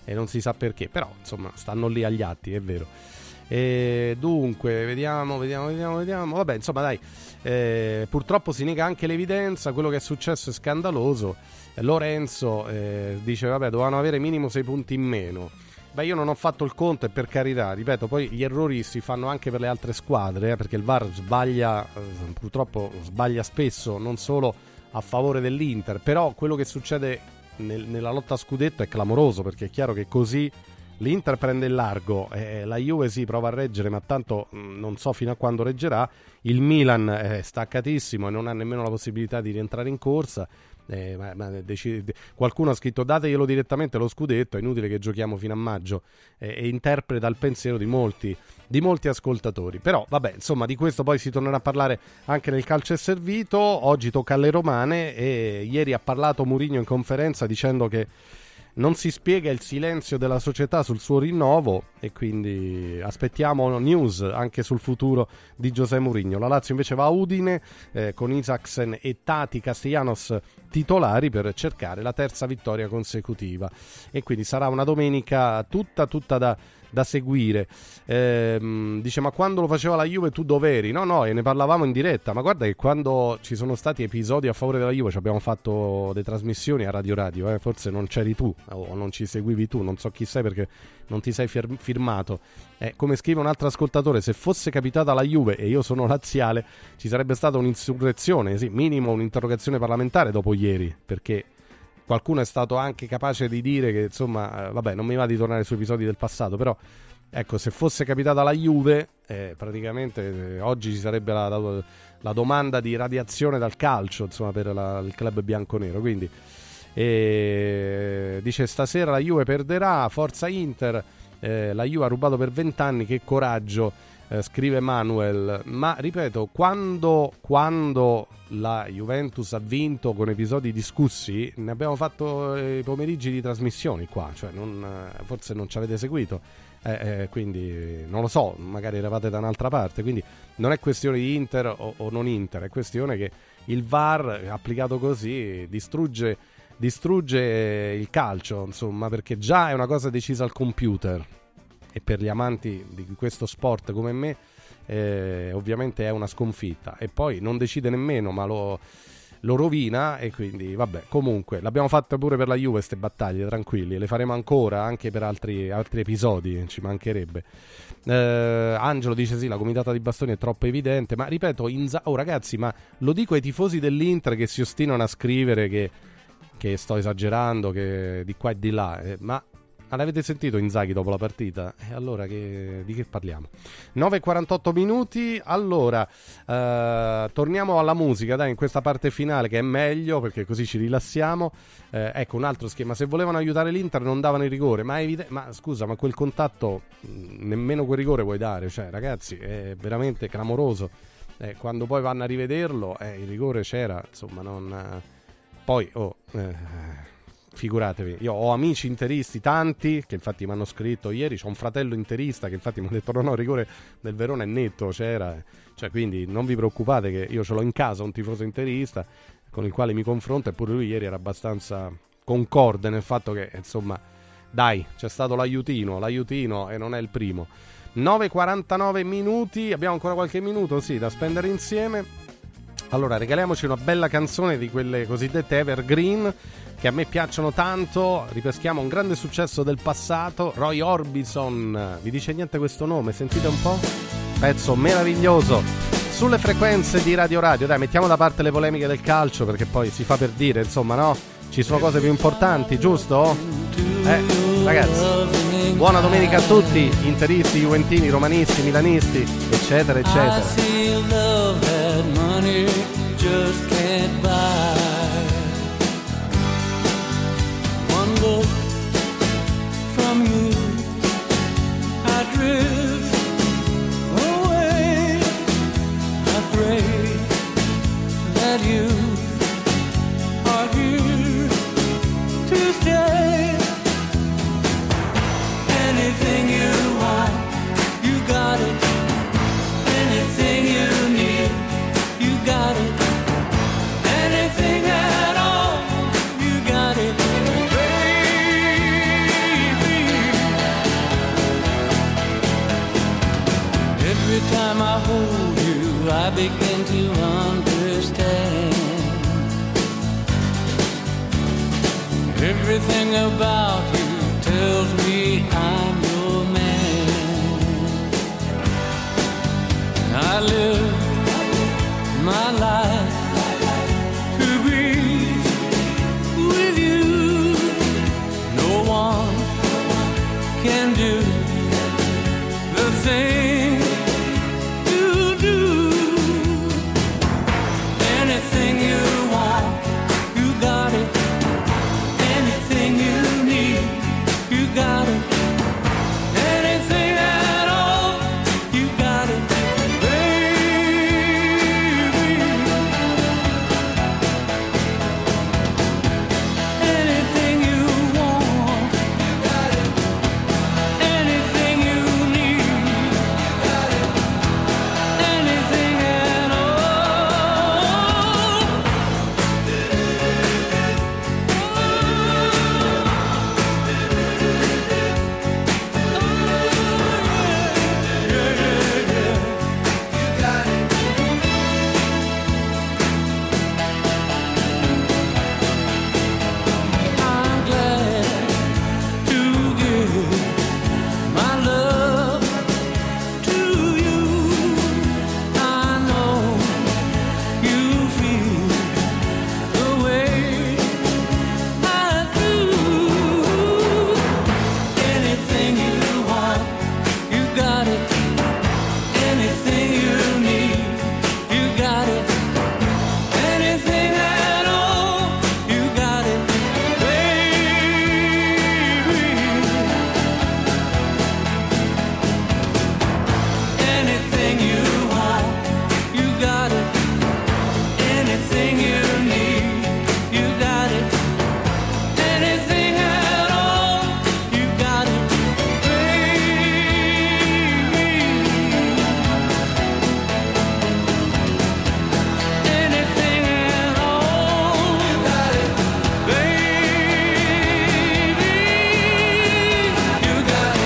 e non si sa perché, però insomma stanno lì agli atti, è vero. E dunque vediamo vediamo vediamo vediamo vabbè, insomma, dai, eh, purtroppo si nega anche l'evidenza, quello che è successo è scandaloso. Lorenzo eh, dice vabbè, dovevano avere minimo sei punti in meno. Beh, io non ho fatto il conto, e per carità, ripeto, poi gli errori si fanno anche per le altre squadre, eh, perché il V A R sbaglia, eh, purtroppo sbaglia spesso, non solo a favore dell'Inter, però quello che succede nel, nella lotta a scudetto è clamoroso, perché è chiaro che così l'Inter prende il largo, eh, la Juve si prova a reggere, ma tanto mh, non so fino a quando reggerà, il Milan è staccatissimo e non ha nemmeno la possibilità di rientrare in corsa. Eh, ma, ma decide, qualcuno ha scritto dateglielo direttamente lo scudetto, è inutile che giochiamo fino a maggio, eh, e interpreta il pensiero di molti, di molti ascoltatori. Però vabbè, insomma, di questo poi si tornerà a parlare anche nel Calcio è Servito. Oggi tocca alle romane, e ieri ha parlato Mourinho in conferenza dicendo che non si spiega il silenzio della società sul suo rinnovo, e quindi aspettiamo news anche sul futuro di José Mourinho. La Lazio invece va a Udine eh, con Isaksen e Tati Castellanos titolari per cercare la terza vittoria consecutiva, e quindi sarà una domenica tutta tutta da da seguire. Ehm, dice: ma quando lo faceva la Juve tu dov'eri? No no, e ne parlavamo in diretta, ma guarda che quando ci sono stati episodi a favore della Juve ci abbiamo fatto le trasmissioni a Radio Radio, eh? Forse non c'eri tu o non ci seguivi tu, non so chi sei perché non ti sei fir- firmato. Eh, come scrive un altro ascoltatore, se fosse capitata la Juve e io sono laziale ci sarebbe stata un'insurrezione, sì, minimo un'interrogazione parlamentare dopo ieri, perché qualcuno è stato anche capace di dire che, insomma, eh, vabbè, non mi va di tornare su episodi del passato, però ecco, se fosse capitata la Juve, eh, praticamente eh, oggi ci sarebbe la, la, la domanda di radiazione dal calcio, insomma, per la, il club bianconero. Quindi eh, dice: stasera la Juve perderà, forza Inter, eh, la Juve ha rubato per vent'anni, che coraggio. Eh, scrive Manuel, ma ripeto, quando, quando la Juventus ha vinto con episodi discussi, ne abbiamo fatto i pomeriggi di trasmissioni qua, cioè non, forse non ci avete seguito, eh, eh, quindi non lo so, magari eravate da un'altra parte, quindi non è questione di Inter o, o non Inter, è questione che il V A R applicato così distrugge, distrugge il calcio, insomma, perché già è una cosa decisa al computer. E per gli amanti di questo sport come me, eh, ovviamente è una sconfitta. E poi non decide nemmeno, ma lo, lo rovina. E quindi vabbè, comunque l'abbiamo fatta pure per la Juve queste battaglie, tranquilli, le faremo ancora anche per altri, altri episodi, ci mancherebbe. eh, Angelo dice: sì, la comitata di bastoni è troppo evidente. Ma ripeto, Inza- oh ragazzi, ma lo dico ai tifosi dell'Inter che si ostinano a scrivere che, che sto esagerando, che di qua e di là, eh, ma l'avete sentito Inzaghi dopo la partita? E allora che, di che parliamo? nove e quarantotto minuti. Allora eh, torniamo alla musica, dai, in questa parte finale, che è meglio perché così ci rilassiamo. eh, Ecco un altro schema: se volevano aiutare l'Inter non davano il rigore. Ma, evide- ma scusa, ma quel contatto mh, nemmeno quel rigore puoi dare. Cioè ragazzi, è veramente clamoroso. eh, Quando poi vanno a rivederlo, eh, il rigore c'era. Insomma, non eh, poi oh eh, figuratevi, io ho amici interisti tanti che infatti mi hanno scritto ieri, c'ho un fratello interista che infatti mi ha detto no no, il rigore del Verona è netto, c'era, cioè, quindi non vi preoccupate che io ce l'ho in casa un tifoso interista con il quale mi confronto, eppure lui ieri era abbastanza concorde nel fatto che, insomma, dai, c'è stato l'aiutino, l'aiutino e non è il primo. Nove e quarantanove minuti, abbiamo ancora qualche minuto, sì, da spendere insieme. Allora, regaliamoci una bella canzone di quelle cosiddette evergreen che a me piacciono tanto. Ripeschiamo un grande successo del passato, Roy Orbison. Vi dice niente questo nome? Sentite un po'? Pezzo meraviglioso sulle frequenze di Radio Radio. Dai, mettiamo da parte le polemiche del calcio, perché poi si fa per dire, insomma, no? Ci sono cose più importanti, giusto? Eh, ragazzi, buona domenica a tutti, interisti, juventini, romanisti, milanisti, eccetera, eccetera. Money just can't buy. One look from you, I drift away. I pray that you are here to stay. Anything you want, you got it. Anything you need, you got it. I begin to understand. Everything about you tells me I'm your man. I live my life to be with you. No one can do the thing you do. Anything you want, you got it. Anything you need, you got it. Anything at all, you got it, baby. Anything you want, you got it. Anything you need, you got it. Anything at all. I'm glad to give my love to you. I know you feel the way I do. Anything you want, you got it. Anything you need, you got it. Anything at all, you got it, baby. Anything you want, you got it. Anything you need, you got it. Anything at all, you got it, baby. Anything at all, you got it, baby. You got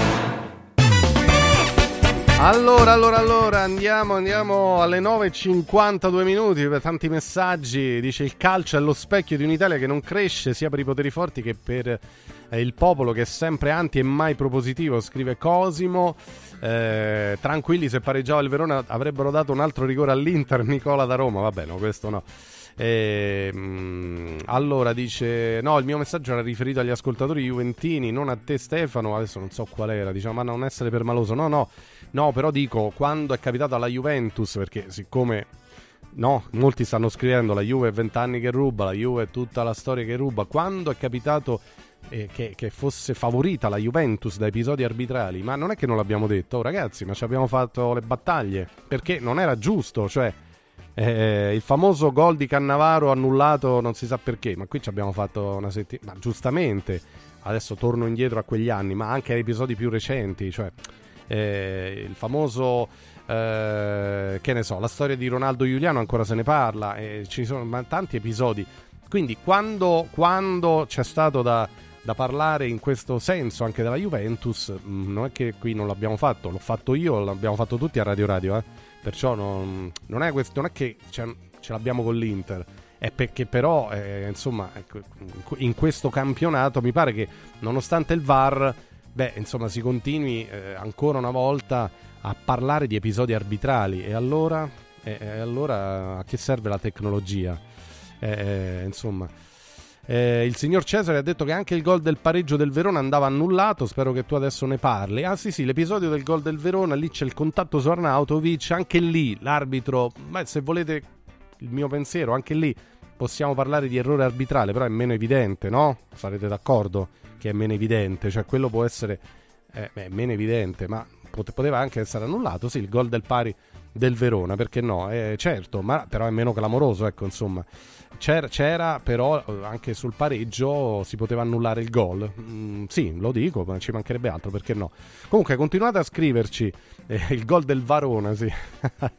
it. Allora, allora, allora, andiamo, andiamo alle nove e cinquantadue minuti, per tanti messaggi. Dice: il calcio è lo specchio di un'Italia che non cresce sia per i poteri forti che per eh, il popolo che è sempre anti e mai propositivo, scrive Cosimo. Eh, tranquilli, se pareggiava il Verona avrebbero dato un altro rigore all'Inter. Nicola da Roma. Vabbè, no, questo no. Eh, mh, allora dice: no, il mio messaggio era riferito agli ascoltatori juventini, non a te Stefano. Adesso non so qual era. Diciamo, ma non essere permaloso. No, no, no, però dico, quando è capitato alla Juventus, perché siccome no, molti stanno scrivendo la Juve è vent'anni che ruba, la Juve è tutta la storia che ruba. Quando è capitato eh, che, che fosse favorita la Juventus da episodi arbitrali, ma non è che non l'abbiamo detto, oh, ragazzi, ma ci abbiamo fatto le battaglie, perché non era giusto, cioè eh, il famoso gol di Cannavaro annullato non si sa perché, ma qui ci abbiamo fatto una settimana, ma giustamente, adesso torno indietro a quegli anni, ma anche a episodi più recenti, cioè eh, il famoso eh, che ne so, la storia di Ronaldo Giuliano ancora se ne parla, eh, ci sono tanti episodi, quindi quando, quando c'è stato da, da parlare in questo senso anche della Juventus, mh, non è che qui non l'abbiamo fatto, l'ho fatto io, l'abbiamo fatto tutti a Radio Radio, eh? Perciò non, non, è questo, non è che ce l'abbiamo con l'Inter, è perché però eh, insomma in questo campionato mi pare che nonostante il V A R, beh, insomma, si continui eh, ancora una volta a parlare di episodi arbitrali, e allora, eh, eh, allora a che serve la tecnologia? Eh, insomma, eh, il signor Cesare ha detto che anche il gol del pareggio del Verona andava annullato, spero che tu adesso ne parli. Ah sì sì, l'episodio del gol del Verona, lì c'è il contatto su Arnautovic, anche lì l'arbitro, beh, se volete il mio pensiero, anche lì possiamo parlare di errore arbitrale, però è meno evidente, no? Sarete d'accordo che è meno evidente, cioè quello può essere eh, beh, meno evidente, ma pot- poteva anche essere annullato, sì, il gol del pari del Verona, perché no? Eh, certo, ma però è meno clamoroso, ecco, insomma. C'era, c'era però anche sul pareggio si poteva annullare il gol, mm, sì, lo dico, ma ci mancherebbe altro, perché no? Comunque continuate a scriverci eh, il gol del Varona, sì.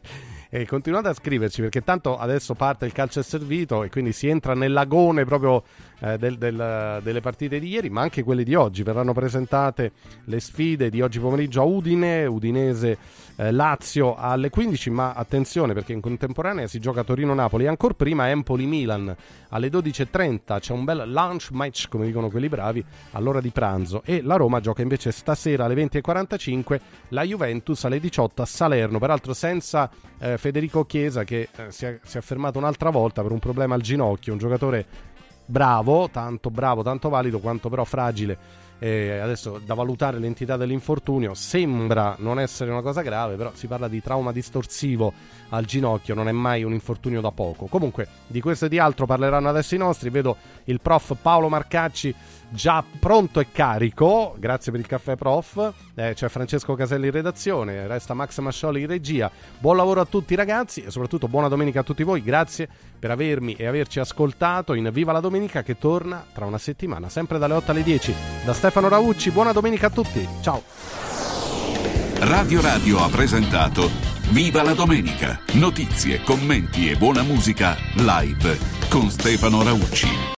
E continuate a scriverci, perché tanto adesso parte il calcio è servito e quindi si entra nell'agone proprio eh, del, del, delle partite di ieri, ma anche quelle di oggi. Verranno presentate le sfide di oggi pomeriggio a Udine, Udinese eh, Lazio alle quindici, ma attenzione perché in contemporanea si gioca Torino-Napoli, e ancora prima Empoli-Milan alle dodici e trenta. C'è un bel lunch match, come dicono quelli bravi, all'ora di pranzo, e la Roma gioca invece stasera alle venti e quarantacinque la Juventus alle diciotto a Salerno, peraltro senza eh, Federico Chiesa, che eh, si, è, si è fermato un'altra volta per un problema al ginocchio, un giocatore bravo, tanto bravo, tanto valido, quanto però fragile. Eh, adesso da valutare l'entità dell'infortunio, sembra non essere una cosa grave, però si parla di trauma distorsivo al ginocchio, non è mai un infortunio da poco. Comunque di questo e di altro parleranno adesso i nostri. Vedo il prof Paolo Marcacci già pronto e carico, grazie per il caffè prof. Eh, c'è Francesco Caselli in redazione, resta Max Mascioli in regia. Buon lavoro a tutti ragazzi e soprattutto buona domenica a tutti voi, grazie per avermi e averci ascoltato in Viva la Domenica, che torna tra una settimana sempre dalle otto alle dieci da Stefano Raucci. Buona domenica a tutti, ciao. Radio Radio ha presentato Viva la Domenica, notizie, commenti e buona musica live con Stefano Raucci.